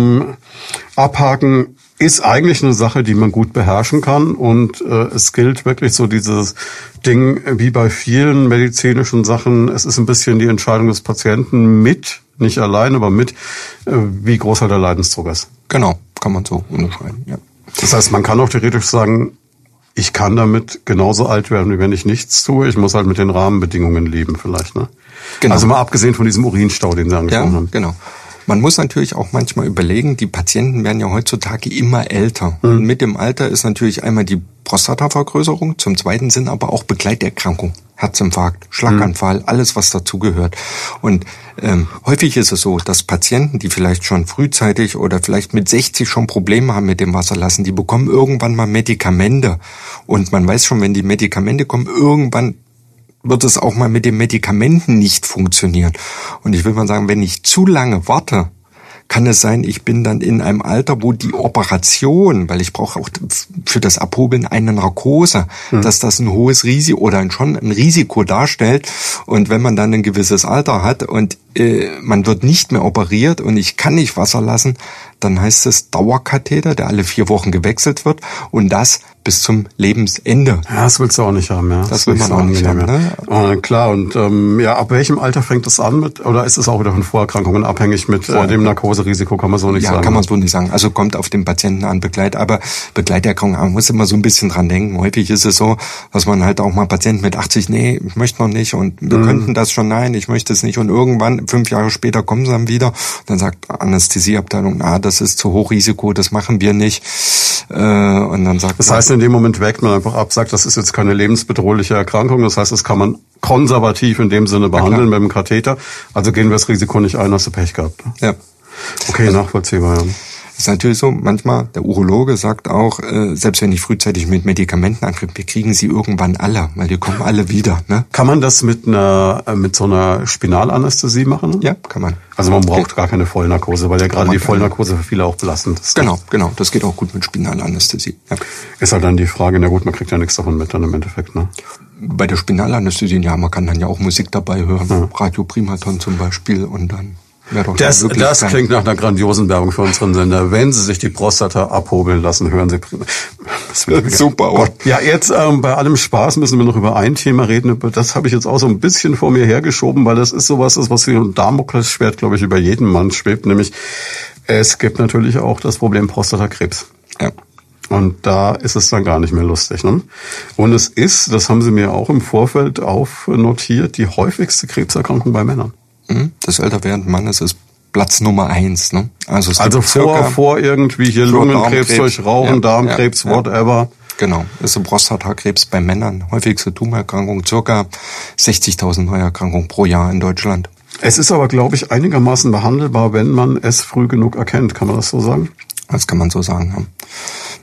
abhaken, ist eigentlich eine Sache, die man gut beherrschen kann. Und es gilt wirklich so dieses Ding wie bei vielen medizinischen Sachen, es ist ein bisschen die Entscheidung des Patienten mit, nicht allein, aber mit, wie groß halt der Leidensdruck ist. Genau, kann man so unterscheiden, ja. Das heißt, man kann auch theoretisch sagen, ich kann damit genauso alt werden, wie wenn ich nichts tue. Ich muss halt mit den Rahmenbedingungen leben vielleicht, ne? Genau. Also mal abgesehen von diesem Urinstau, den Sie angesprochen haben. Genau. Man muss natürlich auch manchmal überlegen, die Patienten werden ja heutzutage immer älter. Und mit dem Alter ist natürlich einmal die Prostatavergrößerung, zum Zweiten sind aber auch Begleiterkrankungen. Herzinfarkt, Schlaganfall, alles was dazugehört. Und häufig ist es so, dass Patienten, die vielleicht schon frühzeitig oder vielleicht mit 60 schon Probleme haben mit dem Wasserlassen, die bekommen irgendwann mal Medikamente. Und man weiß schon, wenn die Medikamente kommen, irgendwann wird es auch mal mit den Medikamenten nicht funktionieren. Und ich will mal sagen, wenn ich zu lange warte, kann es sein, ich bin dann in einem Alter, wo die Operation, weil ich brauche auch für das Abhobeln eine Narkose, dass das ein hohes Risiko oder schon ein Risiko darstellt. Und wenn man dann ein gewisses Alter hat und man wird nicht mehr operiert und ich kann nicht Wasser lassen, dann heißt es Dauerkatheter, der alle 4 Wochen gewechselt wird und das bis zum Lebensende. Ja, das willst du auch nicht haben, ja. Das will man auch nicht haben, ne? Klar, und ab welchem Alter fängt das an mit, oder ist es auch wieder von Vorerkrankungen abhängig mit dem Narkoserisiko, kann man so nicht sagen? Ja, kann man so nicht sagen. Also kommt auf den Patienten an, aber Begleiterkrankungen, man muss immer so ein bisschen dran denken. Häufig ist es so, dass man halt auch mal Patienten mit 80, nee, ich möchte noch nicht und wir könnten das schon, nein, ich möchte es nicht und irgendwann, 5 Jahre später kommen sie dann wieder, dann sagt Anästhesieabteilung, das ist zu hoch Risiko, das machen wir nicht. Und dann sagt das heißt, in dem Moment wägt man einfach ab, sagt, das ist jetzt keine lebensbedrohliche Erkrankung. Das heißt, das kann man konservativ in dem Sinne behandeln mit dem Katheter. Also gehen wir das Risiko nicht ein, hast du Pech gehabt. Ne? Ja. Okay, also, nachvollziehbar, ja. Ist natürlich so, manchmal, der Urologe sagt auch, selbst wenn ich frühzeitig mit Medikamenten angreife, wir kriegen sie irgendwann alle, weil die kommen alle wieder. Ne? Kann man das mit so einer Spinalanästhesie machen? Ja, kann man. Also man braucht gar keine Vollnarkose, weil ja gerade die Vollnarkose für viele auch belastend ist. Genau, das geht auch gut mit Spinalanästhesie. Ja. Ist halt dann die Frage, na gut, man kriegt ja nichts davon mit dann im Endeffekt, ne? Bei der Spinalanästhesie, ja, man kann dann ja auch Musik dabei hören, Radio Primaton zum Beispiel und dann... Das klingt nach einer grandiosen Werbung für unseren Sender. Wenn Sie sich die Prostata abhobeln lassen, hören Sie. Super. Oh. Ja, jetzt bei allem Spaß müssen wir noch über ein Thema reden. Das habe ich jetzt auch so ein bisschen vor mir hergeschoben, weil das ist sowas, was wie ein Damoklesschwert, glaube ich, über jeden Mann schwebt. Nämlich, es gibt natürlich auch das Problem Prostatakrebs. Ja. Und da ist es dann gar nicht mehr lustig, ne? Und es ist, das haben Sie mir auch im Vorfeld aufnotiert, die häufigste Krebserkrankung bei Männern. Das Älterwerden Mannes ist Platz Nummer 1, ne? Also vor irgendwie hier Lungenkrebs durch Rauchen, Darmkrebs, whatever. Genau, ist ein Prostatakrebs bei Männern. Häufigste Tumorerkrankung, circa 60.000 Neuerkrankungen pro Jahr in Deutschland. Es ist aber, glaube ich, einigermaßen behandelbar, wenn man es früh genug erkennt. Kann man das so sagen? Das kann man so sagen, ja.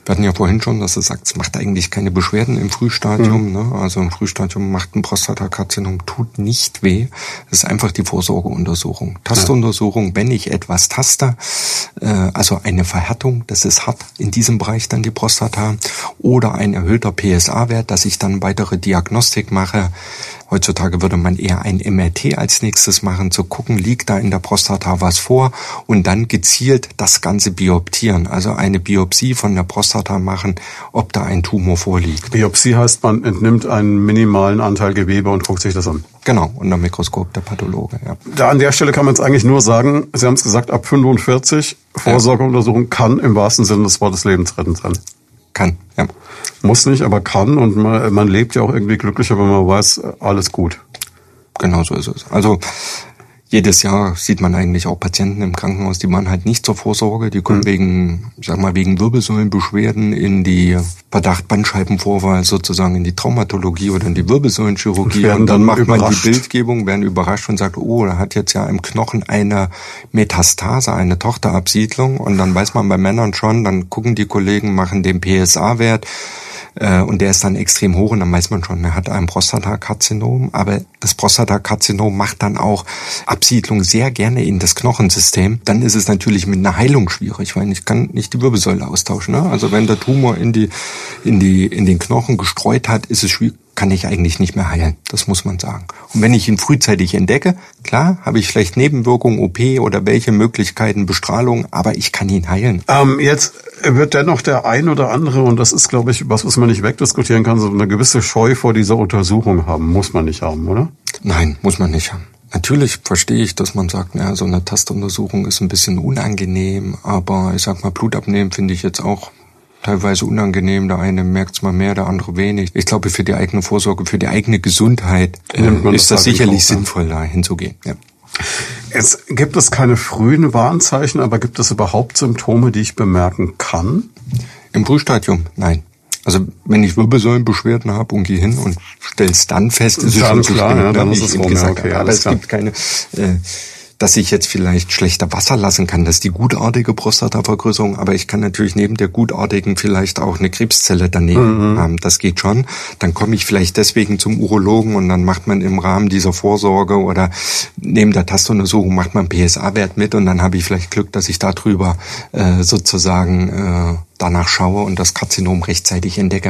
Wir hatten ja vorhin schon, dass du sagst, es macht eigentlich keine Beschwerden im Frühstadium. Ne? Also im Frühstadium macht ein Prostatakarzinom, tut nicht weh. Das ist einfach die Vorsorgeuntersuchung. Tastuntersuchung, wenn ich etwas taste, also eine Verhärtung, das ist hart in diesem Bereich dann die Prostata, oder ein erhöhter PSA-Wert, dass ich dann weitere Diagnostik mache. Heutzutage würde man eher ein MRT als nächstes machen, zu gucken, liegt da in der Prostata was vor, und dann gezielt das Ganze bioptieren, also eine Biopsie von der Prostata machen, ob da ein Tumor vorliegt. Biopsie heißt, man entnimmt einen minimalen Anteil Gewebe und guckt sich das an. Genau, unter Mikroskop der Pathologe, ja. Da an der Stelle kann man es eigentlich nur sagen, Sie haben es gesagt, ab 45, Vorsorgeuntersuchung kann im wahrsten Sinne des Wortes lebensrettend sein. Kann, ja. Muss nicht, aber kann, und man lebt ja auch irgendwie glücklicher, wenn man weiß, alles gut. Genau so ist es. Also jedes Jahr sieht man eigentlich auch Patienten im Krankenhaus, die waren halt nicht zur Vorsorge, die kommen wegen Wirbelsäulenbeschwerden in die Verdacht Bandscheibenvorfall, sozusagen in die Traumatologie oder in die Wirbelsäulenchirurgie, und dann macht man die Bildgebung, werden überrascht und sagt, oh, da hat jetzt ja im Knochen eine Metastase, eine Tochterabsiedlung, und dann weiß man bei Männern schon, dann gucken die Kollegen, machen den PSA-Wert, und der ist dann extrem hoch, und dann weiß man schon, er hat ein Prostatakarzinom. Aber das Prostatakarzinom macht dann auch Absiedlung sehr gerne in das Knochensystem. Dann ist es natürlich mit einer Heilung schwierig, weil ich kann nicht die Wirbelsäule austauschen. Ne? Also wenn der Tumor in den Knochen gestreut hat, ist es schwierig, kann ich eigentlich nicht mehr heilen. Das muss man sagen. Und wenn ich ihn frühzeitig entdecke, klar, habe ich vielleicht Nebenwirkungen, OP oder welche Möglichkeiten, Bestrahlung, aber ich kann ihn heilen. Jetzt wird dennoch der ein oder andere, und das ist, glaube ich, was man nicht wegdiskutieren kann, so eine gewisse Scheu vor dieser Untersuchung haben. Muss man nicht haben, oder? Nein, muss man nicht haben. Natürlich verstehe ich, dass man sagt, so eine Tastuntersuchung ist ein bisschen unangenehm, aber ich sag mal, Blut abnehmen finde ich jetzt auch teilweise unangenehm. Der eine merkt's mal mehr, der andere wenig. Ich glaube, für die eigene Vorsorge, für die eigene Gesundheit ist das sicherlich sinnvoll, da hinzugehen. Ja. Es gibt es keine frühen Warnzeichen, aber gibt es überhaupt Symptome, die ich bemerken kann? Im Frühstadium? Nein. Also wenn ich Wirbelsäulenbeschwerden habe und gehe hin und stelle es dann fest, ist es schon zu spät, ja, dann ist es rum, okay, aber es gibt keine, dass ich jetzt vielleicht schlechter Wasser lassen kann, das ist die gutartige Prostatavergrößerung, aber ich kann natürlich neben der gutartigen vielleicht auch eine Krebszelle daneben haben. Das geht schon. Dann komme ich vielleicht deswegen zum Urologen, und dann macht man im Rahmen dieser Vorsorge oder neben der Tastuntersuchung macht man PSA-Wert mit, und dann habe ich vielleicht Glück, dass ich darüber sozusagen danach schaue und das Karzinom rechtzeitig entdecke.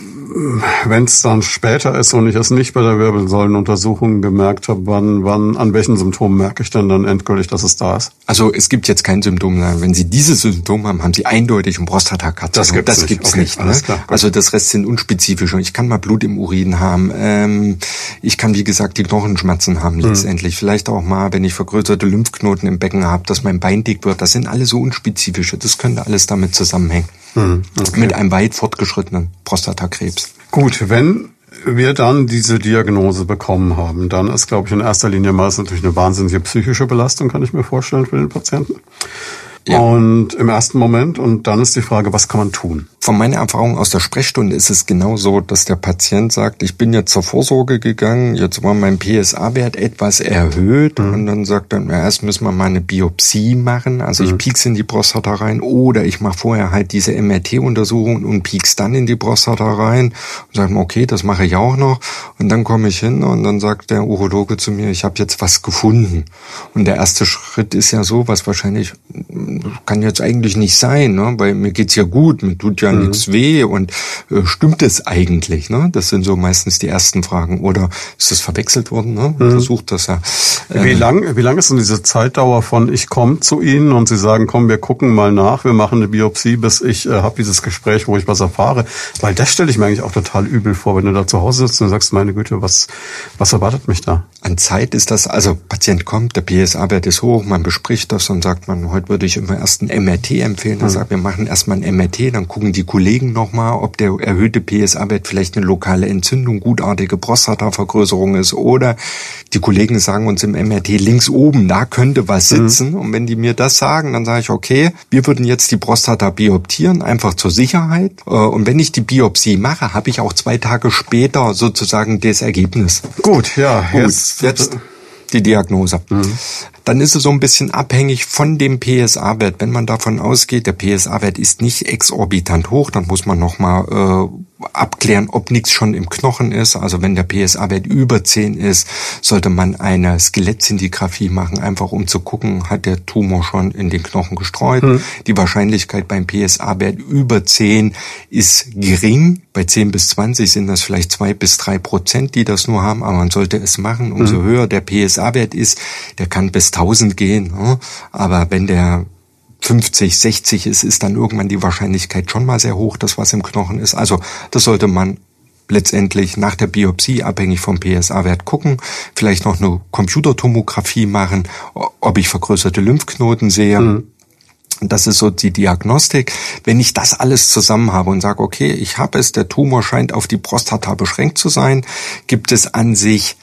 Wenn es dann später ist und ich es nicht bei der Wirbelsäulenuntersuchung gemerkt habe, an welchen Symptomen merke ich denn dann endgültig, dass es da ist? Also es gibt jetzt kein Symptom. Wenn Sie diese Symptome haben, haben Sie eindeutig ein Prostatakarzinom. Das gibt's nicht. Ne? Klar, also das Rest sind unspezifische. Ich kann mal Blut im Urin haben. Ich kann, wie gesagt, die Knochenschmerzen haben letztendlich. Vielleicht auch mal, wenn ich vergrößerte Lymphknoten im Becken habe, dass mein Bein dick wird. Das sind alle so unspezifische. Das könnte alles damit zusammenhängen. Okay. Mit einem weit fortgeschrittenen Prostatakrebs. Gut, wenn wir dann diese Diagnose bekommen haben, dann ist, glaube ich, in erster Linie meist natürlich eine wahnsinnige psychische Belastung, kann ich mir vorstellen, für den Patienten. Ja. Und im ersten Moment, und dann ist die Frage, was kann man tun? Von meiner Erfahrung aus der Sprechstunde ist es genau so, dass der Patient sagt, ich bin jetzt zur Vorsorge gegangen, jetzt war mein PSA-Wert etwas erhöht, und dann sagt er, erst müssen wir mal eine Biopsie machen, also ich piekse in die Prostata rein, oder ich mache vorher halt diese MRT-Untersuchung und piekse dann in die Prostata rein und sage mir, okay, das mache ich auch noch, und dann komme ich hin und dann sagt der Urologe zu mir, ich habe jetzt was gefunden. Und der erste Schritt ist ja so, was wahrscheinlich kann jetzt eigentlich nicht sein, ne? Weil mir geht's ja gut, mir tut ja nichts weh, und stimmt es eigentlich, ne? Das sind so meistens die ersten Fragen. Oder ist das verwechselt worden, ne? Versucht das ja. Wie lang ist denn diese Zeitdauer von ich komme zu Ihnen und Sie sagen, komm, wir gucken mal nach, wir machen eine Biopsie, bis ich habe dieses Gespräch, wo ich was erfahre? Weil das stelle ich mir eigentlich auch total übel vor, wenn du da zu Hause sitzt und sagst, meine Güte, was erwartet mich da? An Zeit ist das, also Patient kommt, der PSA-Wert ist hoch, man bespricht das und sagt man, heute würde ich immer erst ein MRT empfehlen. Dann sagt, wir machen erstmal ein MRT, dann gucken die Kollegen nochmal, ob der erhöhte PSA-Wert vielleicht eine lokale Entzündung, gutartige Prostatavergrößerung ist, oder die Kollegen sagen uns im MRT links oben, da könnte was sitzen. Und wenn die mir das sagen, dann sage ich, okay, wir würden jetzt die Prostata bioptieren, einfach zur Sicherheit. Und wenn ich die Biopsie mache, habe ich auch 2 Tage später sozusagen das Ergebnis. Gut, ja. Jetzt die Diagnose. dann ist es so ein bisschen abhängig von dem PSA-Wert. Wenn man davon ausgeht, der PSA-Wert ist nicht exorbitant hoch, dann muss man nochmal abklären, ob nichts schon im Knochen ist. Also wenn der PSA-Wert über 10 ist, sollte man eine Skelettsintigraphie machen, einfach um zu gucken, hat der Tumor schon in den Knochen gestreut. Die Wahrscheinlichkeit beim PSA-Wert über 10 ist gering. Bei 10 bis 20 sind das vielleicht 2-3%, die das nur haben, aber man sollte es machen. Umso höher der PSA-Wert ist, der kann bis 1000 gehen. Ne? Aber wenn der 50, 60 ist dann irgendwann die Wahrscheinlichkeit schon mal sehr hoch, dass was im Knochen ist. Also das sollte man letztendlich nach der Biopsie abhängig vom PSA-Wert gucken, vielleicht noch eine Computertomographie machen, ob ich vergrößerte Lymphknoten sehe. Das ist so die Diagnostik. Wenn ich das alles zusammen habe und sage, okay, ich habe es, der Tumor scheint auf die Prostata beschränkt zu sein, gibt es an sich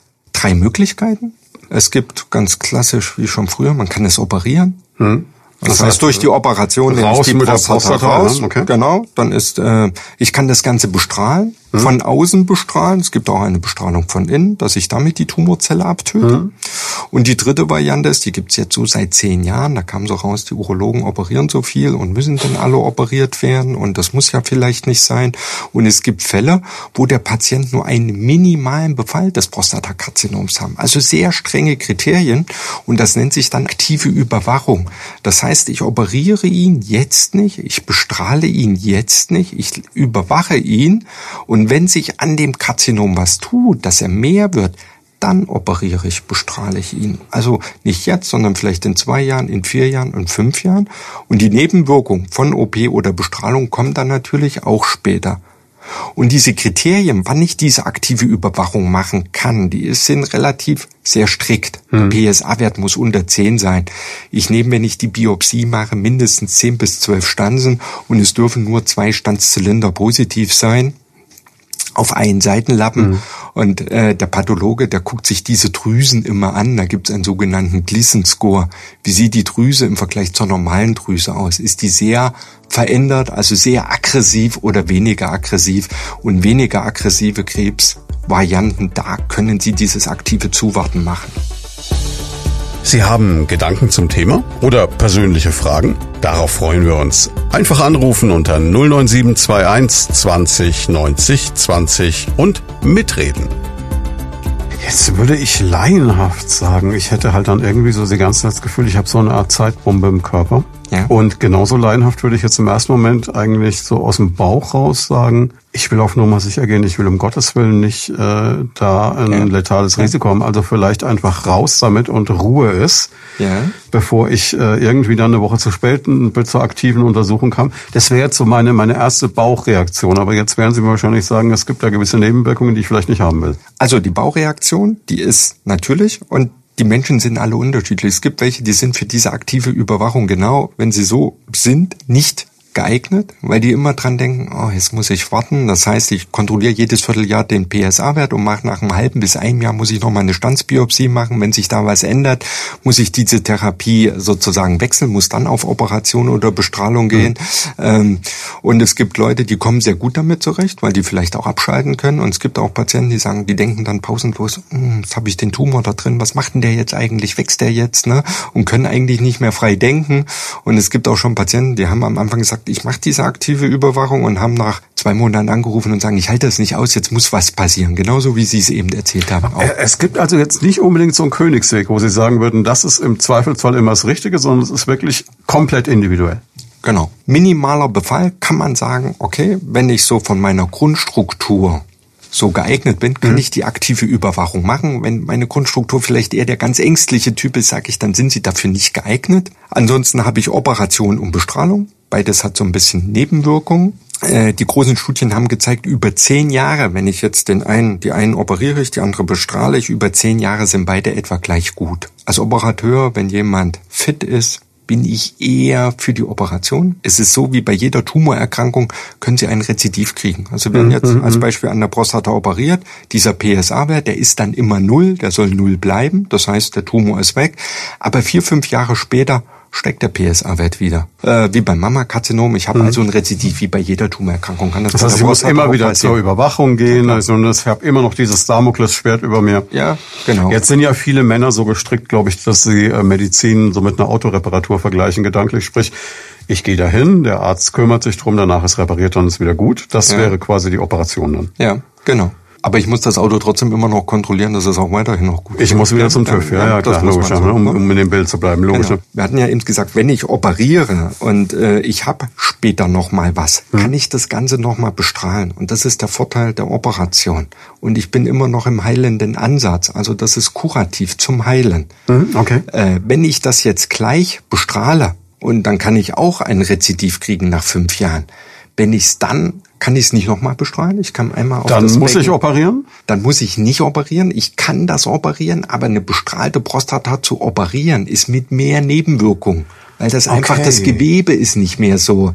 3 Möglichkeiten. Es gibt ganz klassisch, wie schon früher, man kann es operieren. Das heißt, durch die Operation raus die mit Prostata der Prostata raus. Okay. Genau, dann ist, ich kann das Ganze bestrahlen, von außen bestrahlen. Es gibt auch eine Bestrahlung von innen, dass ich damit die Tumorzelle abtöte. Und die dritte Variante ist, die gibt's jetzt so seit 10 Jahren. Da kam so raus, die Urologen operieren so viel und müssen dann alle operiert werden. Und das muss ja vielleicht nicht sein. Und es gibt Fälle, wo der Patient nur einen minimalen Befall des Prostatakarzinoms haben. Also sehr strenge Kriterien. Und das nennt sich dann aktive Überwachung. Das heißt, ich operiere ihn jetzt nicht, ich bestrahle ihn jetzt nicht, ich überwache ihn. Und wenn sich an dem Karzinom was tut, dass er mehr wird, dann operiere ich, bestrahle ich ihn. Also nicht jetzt, sondern vielleicht in 2 Jahren, in 4 Jahren, in 5 Jahren. Und die Nebenwirkung von OP oder Bestrahlung kommt dann natürlich auch später. Und diese Kriterien, wann ich diese aktive Überwachung machen kann, die sind relativ sehr strikt. Der PSA-Wert muss unter 10 sein. Ich nehme, wenn ich die Biopsie mache, mindestens 10 bis 12 Stanzen und es dürfen nur 2 Stanzzylinder positiv sein auf einen Seitenlappen. Und der Pathologe, der guckt sich diese Drüsen immer an. Da gibt es einen sogenannten Gleason-Score. Wie sieht die Drüse im Vergleich zur normalen Drüse aus? Ist die sehr verändert, also sehr aggressiv oder weniger aggressiv? Und weniger aggressive Krebsvarianten, da können Sie dieses aktive Zuwarten machen. Sie haben Gedanken zum Thema oder persönliche Fragen? Darauf freuen wir uns. Einfach anrufen unter 09721 20 90 20 und mitreden. Jetzt würde ich laienhaft sagen, ich hätte halt dann irgendwie so die ganze Zeit das Gefühl, ich habe so eine Art Zeitbombe im Körper. Ja. Und genauso laienhaft würde ich jetzt im ersten Moment eigentlich so aus dem Bauch raus sagen, ich will auf Nummer sicher gehen, ich will um Gottes Willen nicht da ein letales Risiko haben. Also vielleicht einfach raus damit und Ruhe ist, bevor ich irgendwie dann eine Woche zu spät zur aktiven Untersuchung kam. Das wäre jetzt so meine erste Bauchreaktion. Aber jetzt werden Sie mir wahrscheinlich sagen, es gibt da gewisse Nebenwirkungen, die ich vielleicht nicht haben will. Also die Bauchreaktion, die ist natürlich und die Menschen sind alle unterschiedlich. Es gibt welche, die sind für diese aktive Überwachung genau, wenn sie so sind, nicht geeignet, weil die immer dran denken, oh, jetzt muss ich warten. Das heißt, ich kontrolliere jedes Vierteljahr den PSA-Wert und mache nach einem halben bis einem Jahr muss ich noch mal eine Stanzbiopsie machen. Wenn sich da was ändert, muss ich diese Therapie sozusagen wechseln, muss dann auf Operation oder Bestrahlung gehen. Und es gibt Leute, die kommen sehr gut damit zurecht, weil die vielleicht auch abschalten können. Und es gibt auch Patienten, die sagen, die denken dann pausenlos, jetzt habe ich den Tumor da drin, was macht denn der jetzt eigentlich? Wächst der jetzt? Ne? Und können eigentlich nicht mehr frei denken. Und es gibt auch schon Patienten, die haben am Anfang gesagt, ich mache diese aktive Überwachung und haben nach 2 Monaten angerufen und sagen, ich halte das nicht aus, jetzt muss was passieren. Genauso wie Sie es eben erzählt haben. Auch. Es gibt also jetzt nicht unbedingt so einen Königsweg, wo Sie sagen würden, das ist im Zweifelsfall immer das Richtige, sondern es ist wirklich komplett individuell. Genau. Minimaler Befall kann man sagen, okay, wenn ich so von meiner Grundstruktur so geeignet bin, kann ich die aktive Überwachung machen. Wenn meine Grundstruktur vielleicht eher der ganz ängstliche Typ ist, sage ich, dann sind Sie dafür nicht geeignet. Ansonsten habe ich Operation und Bestrahlung. Beides hat so ein bisschen Nebenwirkungen. Die großen Studien haben gezeigt, über 10 Jahre, wenn ich jetzt die einen operiere ich, die andere bestrahle ich, über 10 Jahre sind beide etwa gleich gut. Als Operateur, wenn jemand fit ist, bin ich eher für die Operation. Es ist so, wie bei jeder Tumorerkrankung können Sie ein Rezidiv kriegen. Also wenn jetzt als Beispiel an der Prostata operiert, dieser PSA-Wert, der ist dann immer 0, der soll 0 bleiben. Das heißt, der Tumor ist weg. Aber 4-5 Jahre später steigt der PSA-Wert wieder. Wie beim Mammakarzinom, ich habe also ein Rezidiv, wie bei jeder Tumorerkrankung. Das heißt, ich muss immer wieder zur Überwachung gehen, also ich habe immer noch dieses Damoklesschwert über mir. Ja, genau. Jetzt sind ja viele Männer so gestrickt, glaube ich, dass sie Medizin so mit einer Autoreparatur vergleichen, gedanklich. Sprich, ich gehe dahin, der Arzt kümmert sich drum, danach ist repariert, dann ist wieder gut. Das wäre quasi die Operation dann. Ja, genau. Aber ich muss das Auto trotzdem immer noch kontrollieren, dass es auch weiterhin noch gut ist. Ich muss wieder zum TÜV, ja klar, logisch, so, um in dem Bild zu bleiben, logisch. Genau. Wir hatten ja eben gesagt, wenn ich operiere und ich habe später noch mal was, kann ich das Ganze noch mal bestrahlen. Und das ist der Vorteil der Operation. Und ich bin immer noch im heilenden Ansatz, also das ist kurativ zum Heilen. Okay. Wenn ich das jetzt gleich bestrahle, und dann kann ich auch ein Rezidiv kriegen nach 5 Jahren. Wenn ich es dann, kann ich es nicht nochmal bestrahlen. Ich kann einmal auf dann das muss ich operieren? Dann muss ich nicht operieren. Ich kann das operieren, aber eine bestrahlte Prostata zu operieren ist mit mehr Nebenwirkungen. Weil das einfach, das Gewebe ist nicht mehr so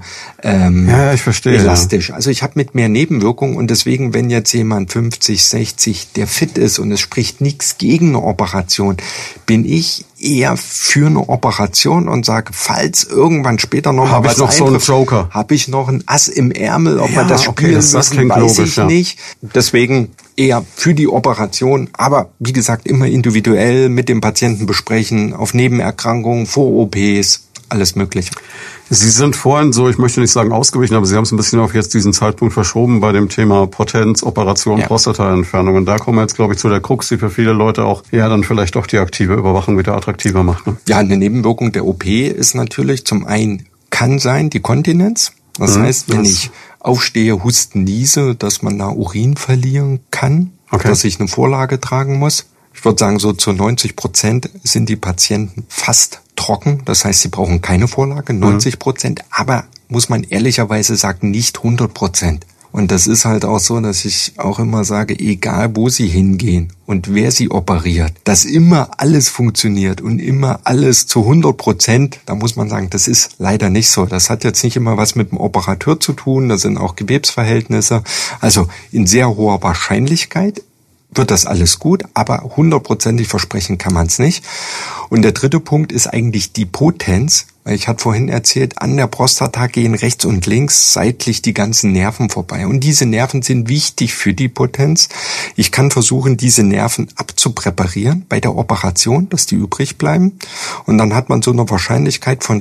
ich verstehe, elastisch. Also ich habe mit mehr Nebenwirkungen und deswegen, wenn jetzt jemand 50, 60, der fit ist und es spricht nichts gegen eine Operation, bin ich eher für eine Operation und sage, falls irgendwann später noch mal was eintrifft, so einen Joker, habe ich noch ein Ass im Ärmel, ob man das spielen müssen, weiß ich nicht. Deswegen eher für die Operation, aber wie gesagt, immer individuell mit dem Patienten besprechen, auf Nebenerkrankungen, vor OPs, alles Mögliche. Sie sind vorhin so, ich möchte nicht sagen ausgewichen, aber Sie haben es ein bisschen auf jetzt diesen Zeitpunkt verschoben bei dem Thema Potenz, Operation, Prostataentfernung. Und da kommen wir jetzt, glaube ich, zu der Krux, die für viele Leute auch dann vielleicht doch die aktive Überwachung wieder attraktiver macht. Ne? Ja, eine Nebenwirkung der OP ist natürlich zum einen kann sein die Kontinenz. Das heißt, wenn ich aufstehe, husten, niese, dass man da Urin verlieren kann, dass ich eine Vorlage tragen muss. Ich würde sagen, so zu 90% sind die Patienten fast trocken. Das heißt, sie brauchen keine Vorlage, 90%. Aber muss man ehrlicherweise sagen, nicht 100%. Und das ist halt auch so, dass ich auch immer sage, egal wo sie hingehen und wer sie operiert, dass immer alles funktioniert und immer alles zu 100%, da muss man sagen, das ist leider nicht so. Das hat jetzt nicht immer was mit dem Operateur zu tun, das sind auch Gewebsverhältnisse. Also in sehr hoher Wahrscheinlichkeit wird das alles gut, aber 100%ig versprechen kann man es nicht. Und der dritte Punkt ist eigentlich die Potenz, weil ich hatte vorhin erzählt, an der Prostata gehen rechts und links seitlich die ganzen Nerven vorbei. Und diese Nerven sind wichtig für die Potenz. Ich kann versuchen, diese Nerven abzupräparieren bei der Operation, dass die übrig bleiben. Und dann hat man so eine Wahrscheinlichkeit von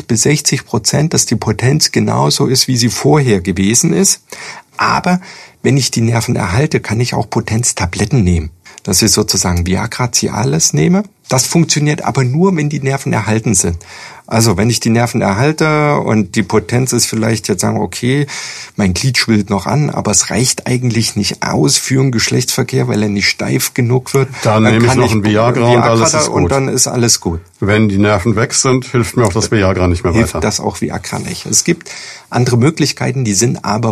30-60%, dass die Potenz genauso ist, wie sie vorher gewesen ist. Aber wenn ich die Nerven erhalte, kann ich auch Potenztabletten nehmen. Dass ich sozusagen Viagra Cialis nehme. Das funktioniert aber nur, wenn die Nerven erhalten sind. Also wenn ich die Nerven erhalte und die Potenz ist vielleicht jetzt sagen, okay, mein Glied schwillt noch an, aber es reicht eigentlich nicht aus für einen Geschlechtsverkehr, weil er nicht steif genug wird. Dann nehme ich noch ein Viagra und alles ist gut. Und dann ist alles gut. Wenn die Nerven weg sind, hilft mir auch das Viagra nicht mehr weiter. Hilft das auch Viagra nicht. Es gibt andere Möglichkeiten, die sind aber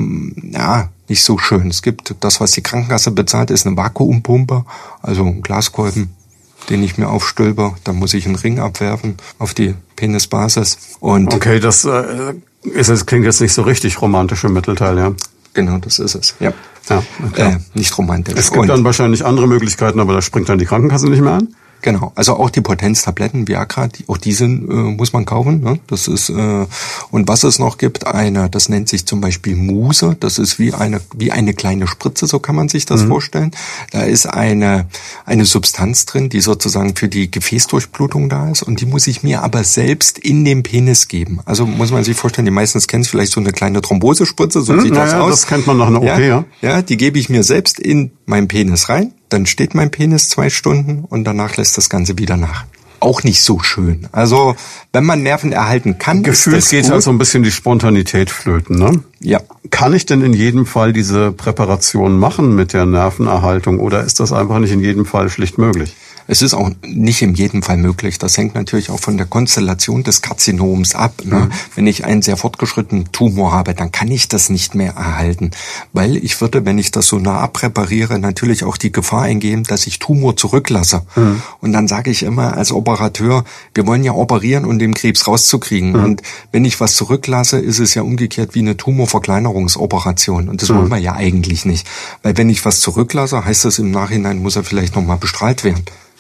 nicht so schön. Es gibt das, was die Krankenkasse bezahlt, ist eine Vakuumpumpe, also ein Glaskolben, den ich mir aufstülpe. Dann muss ich einen Ring abwerfen auf die Penisbasis. Und okay, das klingt jetzt nicht so richtig romantisch im Mittelteil, ja? Genau, das ist es. Ja. Nicht romantisch. Es gibt dann wahrscheinlich andere Möglichkeiten, aber da springt dann die Krankenkasse nicht mehr an? Genau, also auch die Potenztabletten, Viagra, auch diese muss man kaufen. Ne? Das ist und was es noch gibt, das nennt sich zum Beispiel Muse. Das ist wie eine kleine Spritze, so kann man sich das vorstellen. Da ist eine Substanz drin, die sozusagen für die Gefäßdurchblutung da ist und die muss ich mir aber selbst in den Penis geben. Also muss man sich vorstellen, die meisten kennen vielleicht so eine kleine Thrombosespritze, so sieht das aus. Das kennt man nach einer OP, ja. Ja, die gebe ich mir selbst in meinen Penis rein. Dann steht mein Penis 2 Stunden und danach lässt das Ganze wieder nach. Auch nicht so schön. Also, wenn man Nerven erhalten kann, Gefühlt geht halt so ein bisschen die Spontanität flöten, ne? Ja. Kann ich denn in jedem Fall diese Präparation machen mit der Nervenerhaltung oder ist das einfach nicht in jedem Fall schlicht möglich? Es ist auch nicht in jedem Fall möglich. Das hängt natürlich auch von der Konstellation des Karzinoms ab. Ne? Wenn ich einen sehr fortgeschrittenen Tumor habe, dann kann ich das nicht mehr erhalten. Weil ich würde, wenn ich das so nah abpräpariere, natürlich auch die Gefahr eingehen, dass ich Tumor zurücklasse. Und dann sage ich immer als Operateur, wir wollen ja operieren, um den Krebs rauszukriegen. Und wenn ich was zurücklasse, ist es ja umgekehrt wie eine Tumorverkleinerungsoperation. Und das wollen wir ja eigentlich nicht. Weil wenn ich was zurücklasse, heißt das im Nachhinein, muss er vielleicht nochmal bestrahlt werden.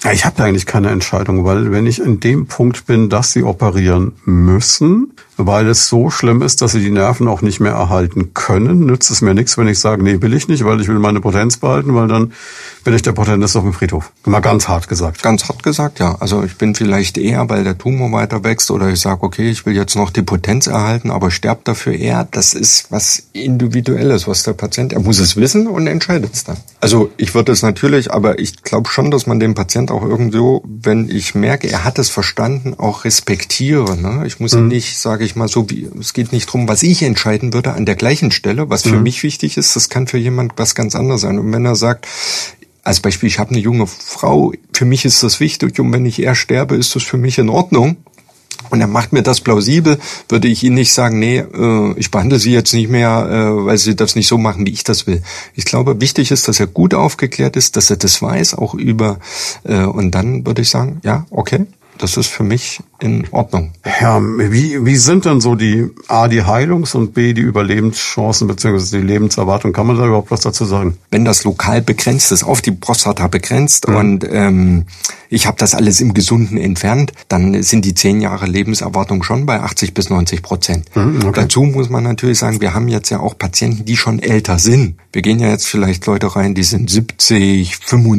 Ja, ich habe da eigentlich keine Entscheidung, weil wenn ich in dem Punkt bin, dass sie operieren müssen, weil es so schlimm ist, dass sie die Nerven auch nicht mehr erhalten können, nützt es mir nichts, wenn ich sage, nee, will ich nicht, weil ich will meine Potenz behalten, weil dann bin ich der Potenteste auf dem Friedhof. Mal ganz hart gesagt. Ganz hart gesagt, ja. Also ich bin vielleicht eher, weil der Tumor weiter wächst, oder ich sage, okay, ich will jetzt noch die Potenz erhalten, aber sterbe dafür eher. Das ist was Individuelles, was der Patient, er muss es wissen und entscheidet es dann. Also ich würde es natürlich, aber ich glaube schon, dass man den Patient auch irgendwo, wenn ich merke, er hat es verstanden, auch respektiere. Ne? Ich muss ihn nicht, sage ich mal so, wie es geht nicht drum, was ich entscheiden würde an der gleichen Stelle, was für mich wichtig ist, das kann für jemand was ganz anderes sein. Und wenn er sagt, als Beispiel, ich habe eine junge Frau, für mich ist das wichtig und wenn ich eher sterbe, ist das für mich in Ordnung. Und er macht mir das plausibel, würde ich Ihnen nicht sagen, nee, ich behandle Sie jetzt nicht mehr, weil Sie das nicht so machen, wie ich das will. Ich glaube, wichtig ist, dass er gut aufgeklärt ist, dass er das weiß, auch über, und dann würde ich sagen, ja, okay, das ist für mich in Ordnung. Ja, wie sind denn so die Heilungs- und B, die Überlebenschancen bzw. die Lebenserwartung? Kann man da überhaupt was dazu sagen? Wenn das lokal begrenzt ist, auf die Prostata begrenzt und ich habe das alles im Gesunden entfernt, dann sind die 10 Jahre Lebenserwartung schon bei 80-90%. Okay. Dazu muss man natürlich sagen, wir haben jetzt ja auch Patienten, die schon älter sind. Wir gehen ja jetzt vielleicht Leute rein, die sind 70,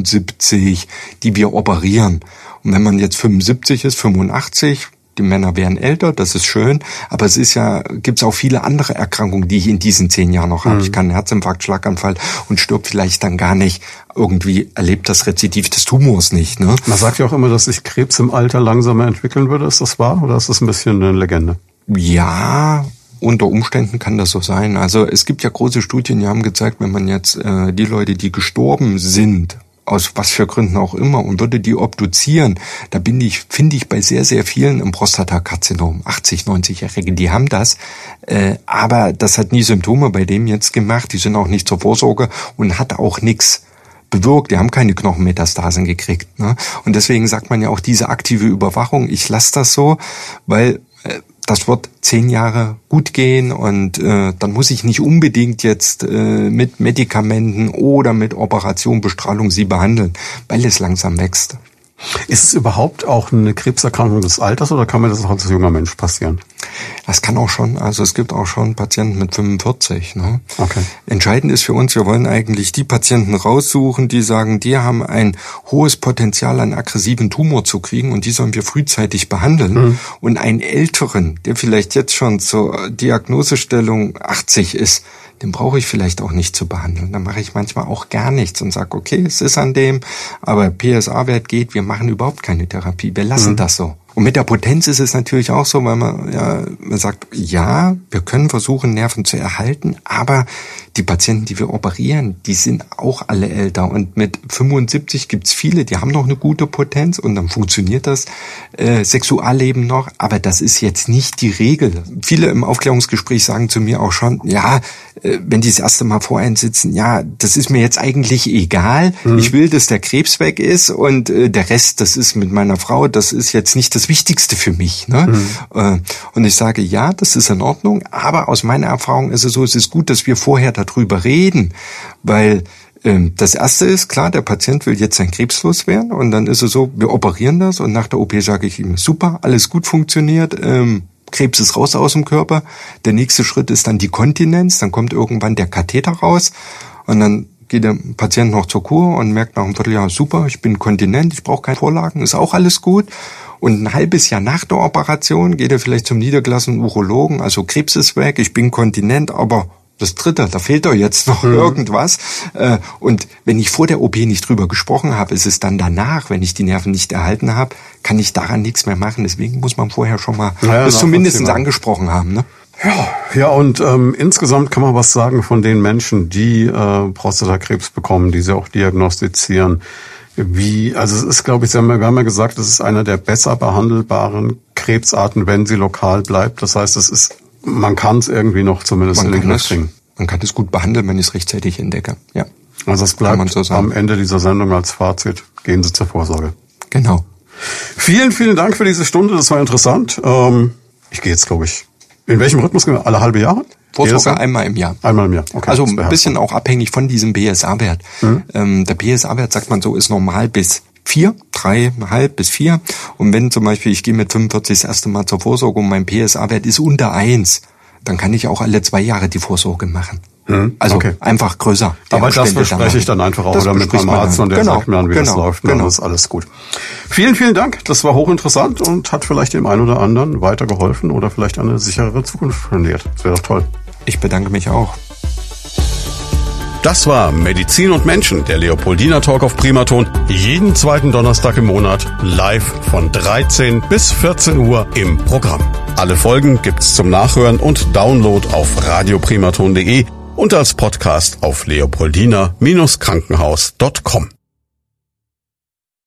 75, die wir operieren. Und wenn man jetzt 75 ist, 85, die Männer wären älter, das ist schön, aber es ist ja, gibt's auch viele andere Erkrankungen, die ich in diesen 10 Jahren noch habe. Ich kann einen Herzinfarkt, Schlaganfall und stirb vielleicht dann gar nicht. Irgendwie erlebt das Rezidiv des Tumors nicht. Ne? Man sagt ja auch immer, dass sich Krebs im Alter langsamer entwickeln würde. Ist das wahr oder ist das ein bisschen eine Legende? Ja, unter Umständen kann das so sein. Also es gibt ja große Studien, die haben gezeigt, wenn man jetzt die Leute, die gestorben sind, aus was für Gründen auch immer, und würde die obduzieren, da finde ich bei sehr, sehr vielen im Prostatakarzinom, 80-, 90-Jährige, die haben das, aber das hat nie Symptome bei dem jetzt gemacht, die sind auch nicht zur Vorsorge und hat auch nichts bewirkt, die haben keine Knochenmetastasen gekriegt. Ne? Und deswegen sagt man ja auch diese aktive Überwachung, ich lasse das so, weil das wird 10 Jahre gut gehen und dann muss ich nicht unbedingt jetzt mit Medikamenten oder mit Operation, Bestrahlung sie behandeln, weil es langsam wächst. Ist es überhaupt auch eine Krebserkrankung des Alters oder kann mir das auch als junger Mensch passieren? Das kann auch schon, also es gibt auch schon Patienten mit 45. Ne? Okay. Entscheidend ist für uns, wir wollen eigentlich die Patienten raussuchen, die sagen, die haben ein hohes Potenzial, einen aggressiven Tumor zu kriegen und die sollen wir frühzeitig behandeln. Und einen älteren, der vielleicht jetzt schon zur Diagnosestellung 80 ist, den brauche ich vielleicht auch nicht zu behandeln. Dann mache ich manchmal auch gar nichts und sage, okay, es ist an dem, aber PSA-Wert geht, wir machen überhaupt keine Therapie, wir lassen das so. Und mit der Potenz ist es natürlich auch so, weil man sagt, ja, wir können versuchen, Nerven zu erhalten, aber die Patienten, die wir operieren, die sind auch alle älter. Und mit 75 gibt's viele, die haben noch eine gute Potenz und dann funktioniert das Sexualleben noch, aber das ist jetzt nicht die Regel. Viele im Aufklärungsgespräch sagen zu mir auch schon, ja, wenn die das erste Mal vor einem sitzen, ja, das ist mir jetzt eigentlich egal. Ich will, dass der Krebs weg ist und der Rest, das ist mit meiner Frau, das ist jetzt nicht das Wichtigste für mich. Ne? Und ich sage, ja, das ist in Ordnung, aber aus meiner Erfahrung ist es so, es ist gut, dass wir vorher darüber reden, weil das Erste ist, klar, der Patient will jetzt sein Krebs loswerden und dann ist es so, wir operieren das und nach der OP sage ich ihm, super, alles gut funktioniert, Krebs ist raus aus dem Körper, der nächste Schritt ist dann die Kontinenz, dann kommt irgendwann der Katheter raus und dann geht der Patient noch zur Kur und merkt nach einem Vierteljahr, super, ich bin kontinent, ich brauche keine Vorlagen, ist auch alles gut. Und ein halbes Jahr nach der Operation geht er vielleicht zum niedergelassenen Urologen, also Krebs ist weg, ich bin kontinent, aber das Dritte, da fehlt doch jetzt noch irgendwas. Und wenn ich vor der OP nicht drüber gesprochen habe, ist es dann danach, wenn ich die Nerven nicht erhalten habe, kann ich daran nichts mehr machen. Deswegen muss man vorher schon mal das zumindest angesprochen haben. Ne? Ja, und insgesamt kann man was sagen von den Menschen, die Prostatakrebs bekommen, die sie auch diagnostizieren. Also es ist, glaube ich, wir haben ja gesagt, es ist einer der besser behandelbaren Krebsarten, wenn sie lokal bleibt. Das heißt, man kann es irgendwie noch zumindest in den Griff kriegen. Man kann es gut behandeln, wenn ich es rechtzeitig entdecke. Ja. Also es bleibt so am Ende dieser Sendung als Fazit, gehen Sie zur Vorsorge. Genau. Vielen, vielen Dank für diese Stunde, das war interessant. Ich gehe jetzt, glaube ich, in welchem Rhythmus? Alle halbe Jahre? Vorsorge einmal im Jahr. Einmal im Jahr, okay. Also ein bisschen auch abhängig von diesem PSA-Wert. Der PSA-Wert, sagt man so, ist normal bis 3,5 bis 4. Und wenn zum Beispiel ich gehe mit 45 das erste Mal zur Vorsorge und mein PSA-Wert ist unter 1, dann kann ich auch alle 2 Jahre die Vorsorge machen. Also einfach größer. Aber das bespreche ich dann einfach auch wieder mit meinem Arzt und der sagt mir dann, wie das läuft. Dann ist alles gut. Vielen, vielen Dank. Das war hochinteressant und hat vielleicht dem einen oder anderen weitergeholfen oder vielleicht eine sicherere Zukunft trainiert. Das wäre doch toll. Ich bedanke mich auch. Das war Medizin und Menschen, der Leopoldina Talk auf Primaton. Jeden zweiten Donnerstag im Monat live von 13 bis 14 Uhr im Programm. Alle Folgen gibt's zum Nachhören und Download auf radioprimaton.de und als Podcast auf leopoldina-krankenhaus.com.